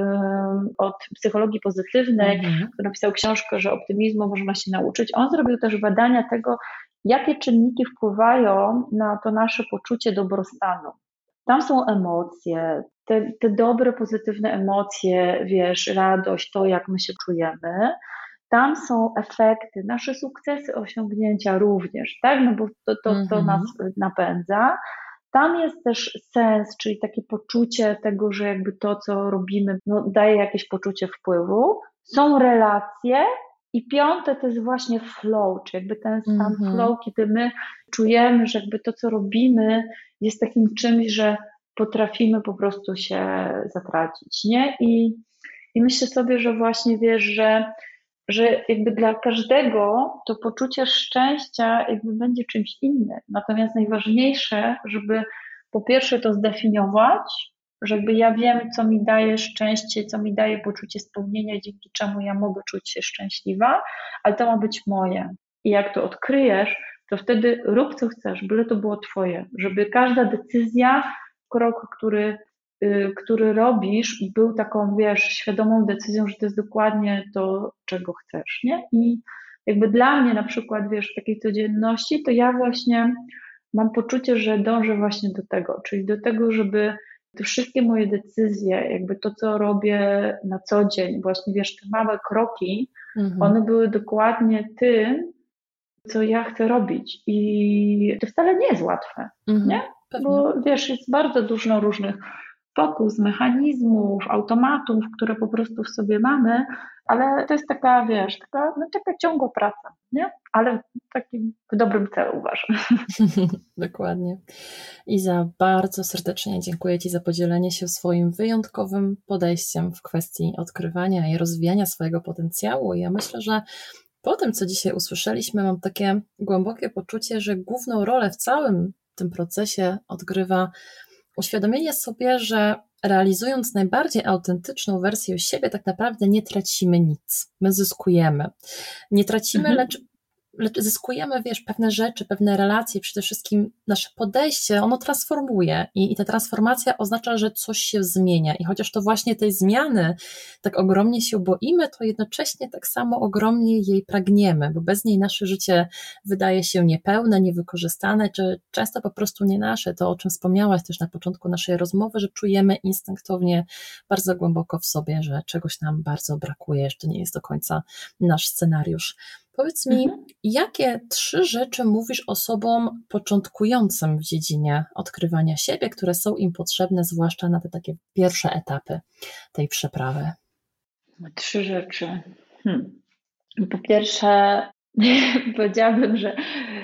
od psychologii pozytywnej, Mhm. który napisał książkę, że optymizmu można się nauczyć. On zrobił też badania tego, jakie czynniki wpływają na to nasze poczucie dobrostanu. Tam są emocje, te, te dobre, pozytywne emocje, wiesz, radość, to jak my się czujemy. Tam są efekty, nasze sukcesy, osiągnięcia również, tak? No bo to, to, to Mhm. nas napędza. Tam jest też sens, czyli takie poczucie tego, że jakby to, co robimy, no, daje jakieś poczucie wpływu. Są relacje i piąte to jest właśnie flow, czyli jakby ten stan Mhm. flow, kiedy my czujemy, że jakby to, co robimy, jest takim czymś, że potrafimy po prostu się zatracić, nie? I, i myślę sobie, że właśnie wiesz, że że jakby dla każdego to poczucie szczęścia jakby będzie czymś innym. Natomiast najważniejsze, żeby po pierwsze to zdefiniować, żeby ja wiem, co mi daje szczęście, co mi daje poczucie spełnienia, dzięki czemu ja mogę czuć się szczęśliwa, ale to ma być moje. I jak to odkryjesz, to wtedy rób co chcesz, byle to było twoje, żeby każda decyzja, krok, który który robisz i był taką, wiesz, świadomą decyzją, że to jest dokładnie to, czego chcesz, nie? I jakby dla mnie na przykład, wiesz, w takiej codzienności, to ja właśnie mam poczucie, że dążę właśnie do tego, czyli do tego, żeby te wszystkie moje decyzje, jakby to, co robię na co dzień, właśnie, wiesz, te małe kroki, Mhm. one były dokładnie tym, co ja chcę robić i to wcale nie jest łatwe, Mhm. nie? Pewnie. Bo wiesz, jest bardzo dużo różnych pokus, mechanizmów, automatów, które po prostu w sobie mamy, ale to jest taka, wiesz, taka, no, taka ciągła praca, nie? Ale w takim w dobrym celu uważam. Dokładnie. Iza, bardzo serdecznie dziękuję Ci za podzielenie się swoim wyjątkowym podejściem w kwestii odkrywania i rozwijania swojego potencjału. Ja myślę, że po tym, co dzisiaj usłyszeliśmy, mam takie głębokie poczucie, że główną rolę w całym tym procesie odgrywa uświadomienie sobie, że realizując najbardziej autentyczną wersję siebie, tak naprawdę nie tracimy nic. My zyskujemy. Nie tracimy, Mhm. lecz, lecz zyskujemy, wiesz, pewne rzeczy, pewne relacje, przede wszystkim nasze podejście, ono transformuje i, i ta transformacja oznacza, że coś się zmienia i chociaż to właśnie tej zmiany tak ogromnie się boimy, to jednocześnie tak samo ogromnie jej pragniemy, bo bez niej nasze życie wydaje się niepełne, niewykorzystane, czy często po prostu nie nasze. To, o czym wspomniałaś też na początku naszej rozmowy, że czujemy instynktownie bardzo głęboko w sobie, że czegoś nam bardzo brakuje, że to nie jest do końca nasz scenariusz. Powiedz mi, Mhm. jakie trzy rzeczy mówisz osobom początkującym w dziedzinie odkrywania siebie, które są im potrzebne, zwłaszcza na te takie pierwsze etapy tej przeprawy? Trzy rzeczy. Hmm. Po pierwsze, powiedziałabym, że,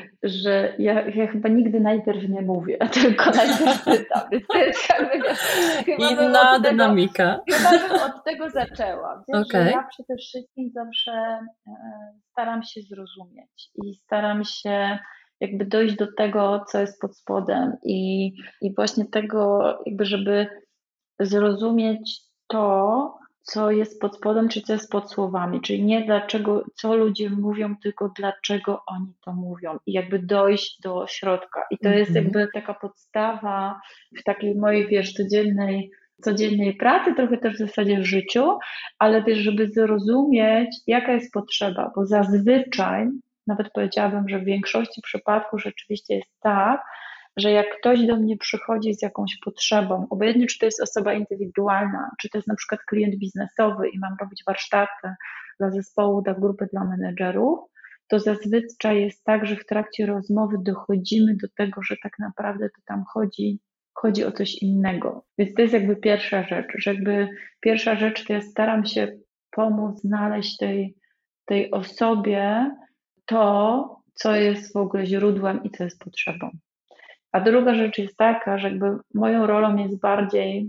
że ja, ja chyba nigdy najpierw nie mówię, tylko najpierw pytam. Więc to jest jakby, wiesz, chyba inna dynamika. Tego, chyba bym od tego zaczęła. Wiesz, okay. że ja przede wszystkim zawsze e, staram się zrozumieć i staram się jakby dojść do tego, co jest pod spodem i, i właśnie tego, jakby żeby zrozumieć to, co jest pod spodem, czy co jest pod słowami, czyli nie dlaczego, co ludzie mówią, tylko dlaczego oni to mówią i jakby dojść do środka. I to mm-hmm. jest jakby taka podstawa w takiej mojej, wiesz, codziennej, codziennej pracy, trochę też w zasadzie w życiu, ale też, żeby zrozumieć, jaka jest potrzeba, bo zazwyczaj, nawet powiedziałabym, że w większości przypadków rzeczywiście jest tak, że jak ktoś do mnie przychodzi z jakąś potrzebą, obojętnie czy to jest osoba indywidualna, czy to jest na przykład klient biznesowy i mam robić warsztaty dla zespołu, dla grupy, dla menedżerów, to zazwyczaj jest tak, że w trakcie rozmowy dochodzimy do tego, że tak naprawdę to tam chodzi, chodzi o coś innego. Więc to jest jakby pierwsza rzecz, że jakby pierwsza rzecz to ja staram się pomóc znaleźć tej, tej osobie to, co jest w ogóle źródłem i co jest potrzebą. A druga rzecz jest taka, że jakby moją rolą jest bardziej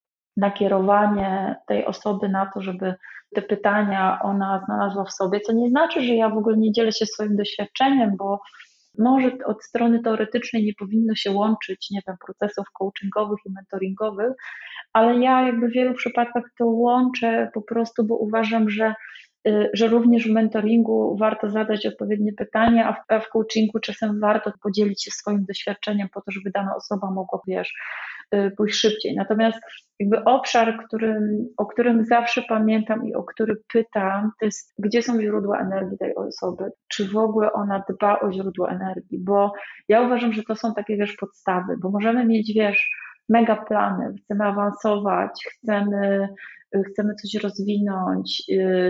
nakierowanie tej osoby na to, żeby te pytania ona znalazła w sobie, co nie znaczy, że ja w ogóle nie dzielę się swoim doświadczeniem, bo może od strony teoretycznej nie powinno się łączyć, nie wiem, procesów coachingowych i mentoringowych, ale ja jakby w wielu przypadkach to łączę po prostu, bo uważam, że że również w mentoringu warto zadać odpowiednie pytania, a w coachingu czasem warto podzielić się swoim doświadczeniem po to, żeby dana osoba mogła, wiesz, pójść szybciej. Natomiast jakby obszar, którym, o którym zawsze pamiętam i o który pytam, to jest, gdzie są źródła energii tej osoby, czy w ogóle ona dba o źródło energii, bo ja uważam, że to są takie, wiesz, podstawy, bo możemy mieć, wiesz, mega plany, chcemy awansować, chcemy chcemy coś rozwinąć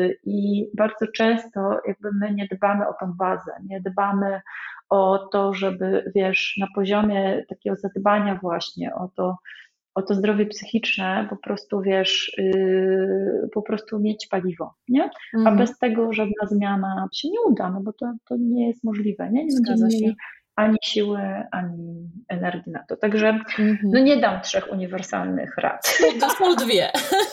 i bardzo często jakby my nie dbamy o tą bazę, nie dbamy o to, żeby, wiesz, na poziomie takiego zadbania właśnie o to, o to zdrowie psychiczne po prostu, wiesz, yy, po prostu mieć paliwo, nie? A mm. bez tego żadna zmiana się nie uda, no bo to, to nie jest możliwe, nie? Nie będziemy mieli ani siły, ani energii na to. Także mm-hmm. no nie dam trzech uniwersalnych rad. To są dwie.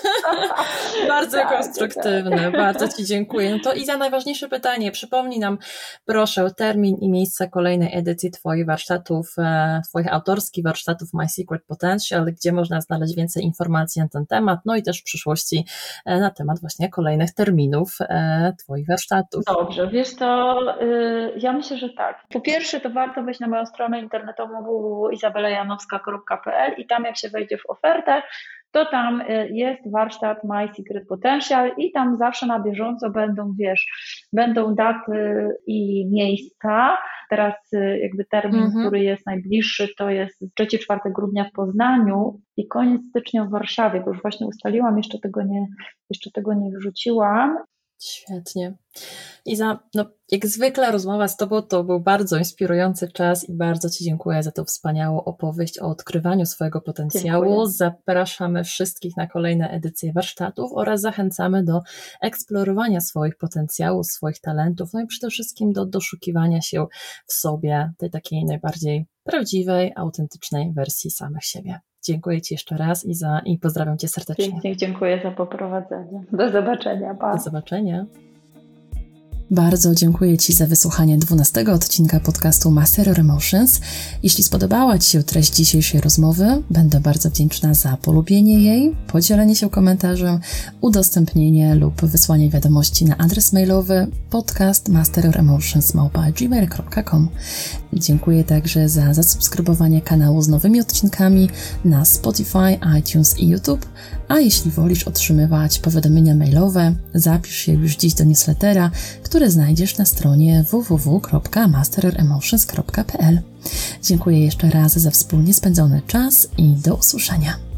Bardzo tak, konstruktywne. Tak. Bardzo Ci dziękuję. No to Iza, najważniejsze pytanie. Przypomnij nam proszę termin i miejsce kolejnej edycji Twoich warsztatów, Twoich autorskich warsztatów My Secret Potential, gdzie można znaleźć więcej informacji na ten temat, no i też w przyszłości na temat właśnie kolejnych terminów Twoich warsztatów. Dobrze, wiesz to, yy, ja myślę, że tak. Po pierwsze to warto wejść na moją stronę internetową w w w kropka izabela janowska kropka p l i tam jak się wejdzie w ofertę, to tam jest warsztat My Secret Potential i tam zawsze na bieżąco będą, wiesz, będą daty i miejsca. Teraz jakby termin, mm-hmm. który jest najbliższy, to jest trzeciego czwartego grudnia w Poznaniu i koniec stycznia w Warszawie, bo już właśnie ustaliłam, jeszcze tego nie, jeszcze tego nie wrzuciłam. Świetnie. Iza, no jak zwykle rozmowa z Tobą to był bardzo inspirujący czas i bardzo Ci dziękuję za tą wspaniałą opowieść o odkrywaniu swojego potencjału. Dziękuję. Zapraszamy wszystkich na kolejne edycje warsztatów oraz zachęcamy do eksplorowania swoich potencjałów, swoich talentów, no i przede wszystkim do doszukiwania się w sobie tej takiej najbardziej prawdziwej, autentycznej wersji samych siebie. Dziękuję Ci jeszcze raz Iza i pozdrawiam Cię serdecznie. Pięknie, dziękuję za poprowadzenie. Do zobaczenia. Pa. Do zobaczenia. Bardzo dziękuję Ci za wysłuchanie dwunastego odcinka podcastu Master of Emotions. Jeśli spodobała Ci się treść dzisiejszej rozmowy, będę bardzo wdzięczna za polubienie jej, podzielenie się komentarzem, udostępnienie lub wysłanie wiadomości na adres mailowy podcast master of emotions małpa gmail kropka com. Dziękuję także za zasubskrybowanie kanału z nowymi odcinkami na Spotify, iTunes i YouTube, a jeśli wolisz otrzymywać powiadomienia mailowe, zapisz się już dziś do newslettera, który znajdziesz na stronie w w w kropka master of emotions kropka p l. Dziękuję jeszcze raz za wspólnie spędzony czas i do usłyszenia.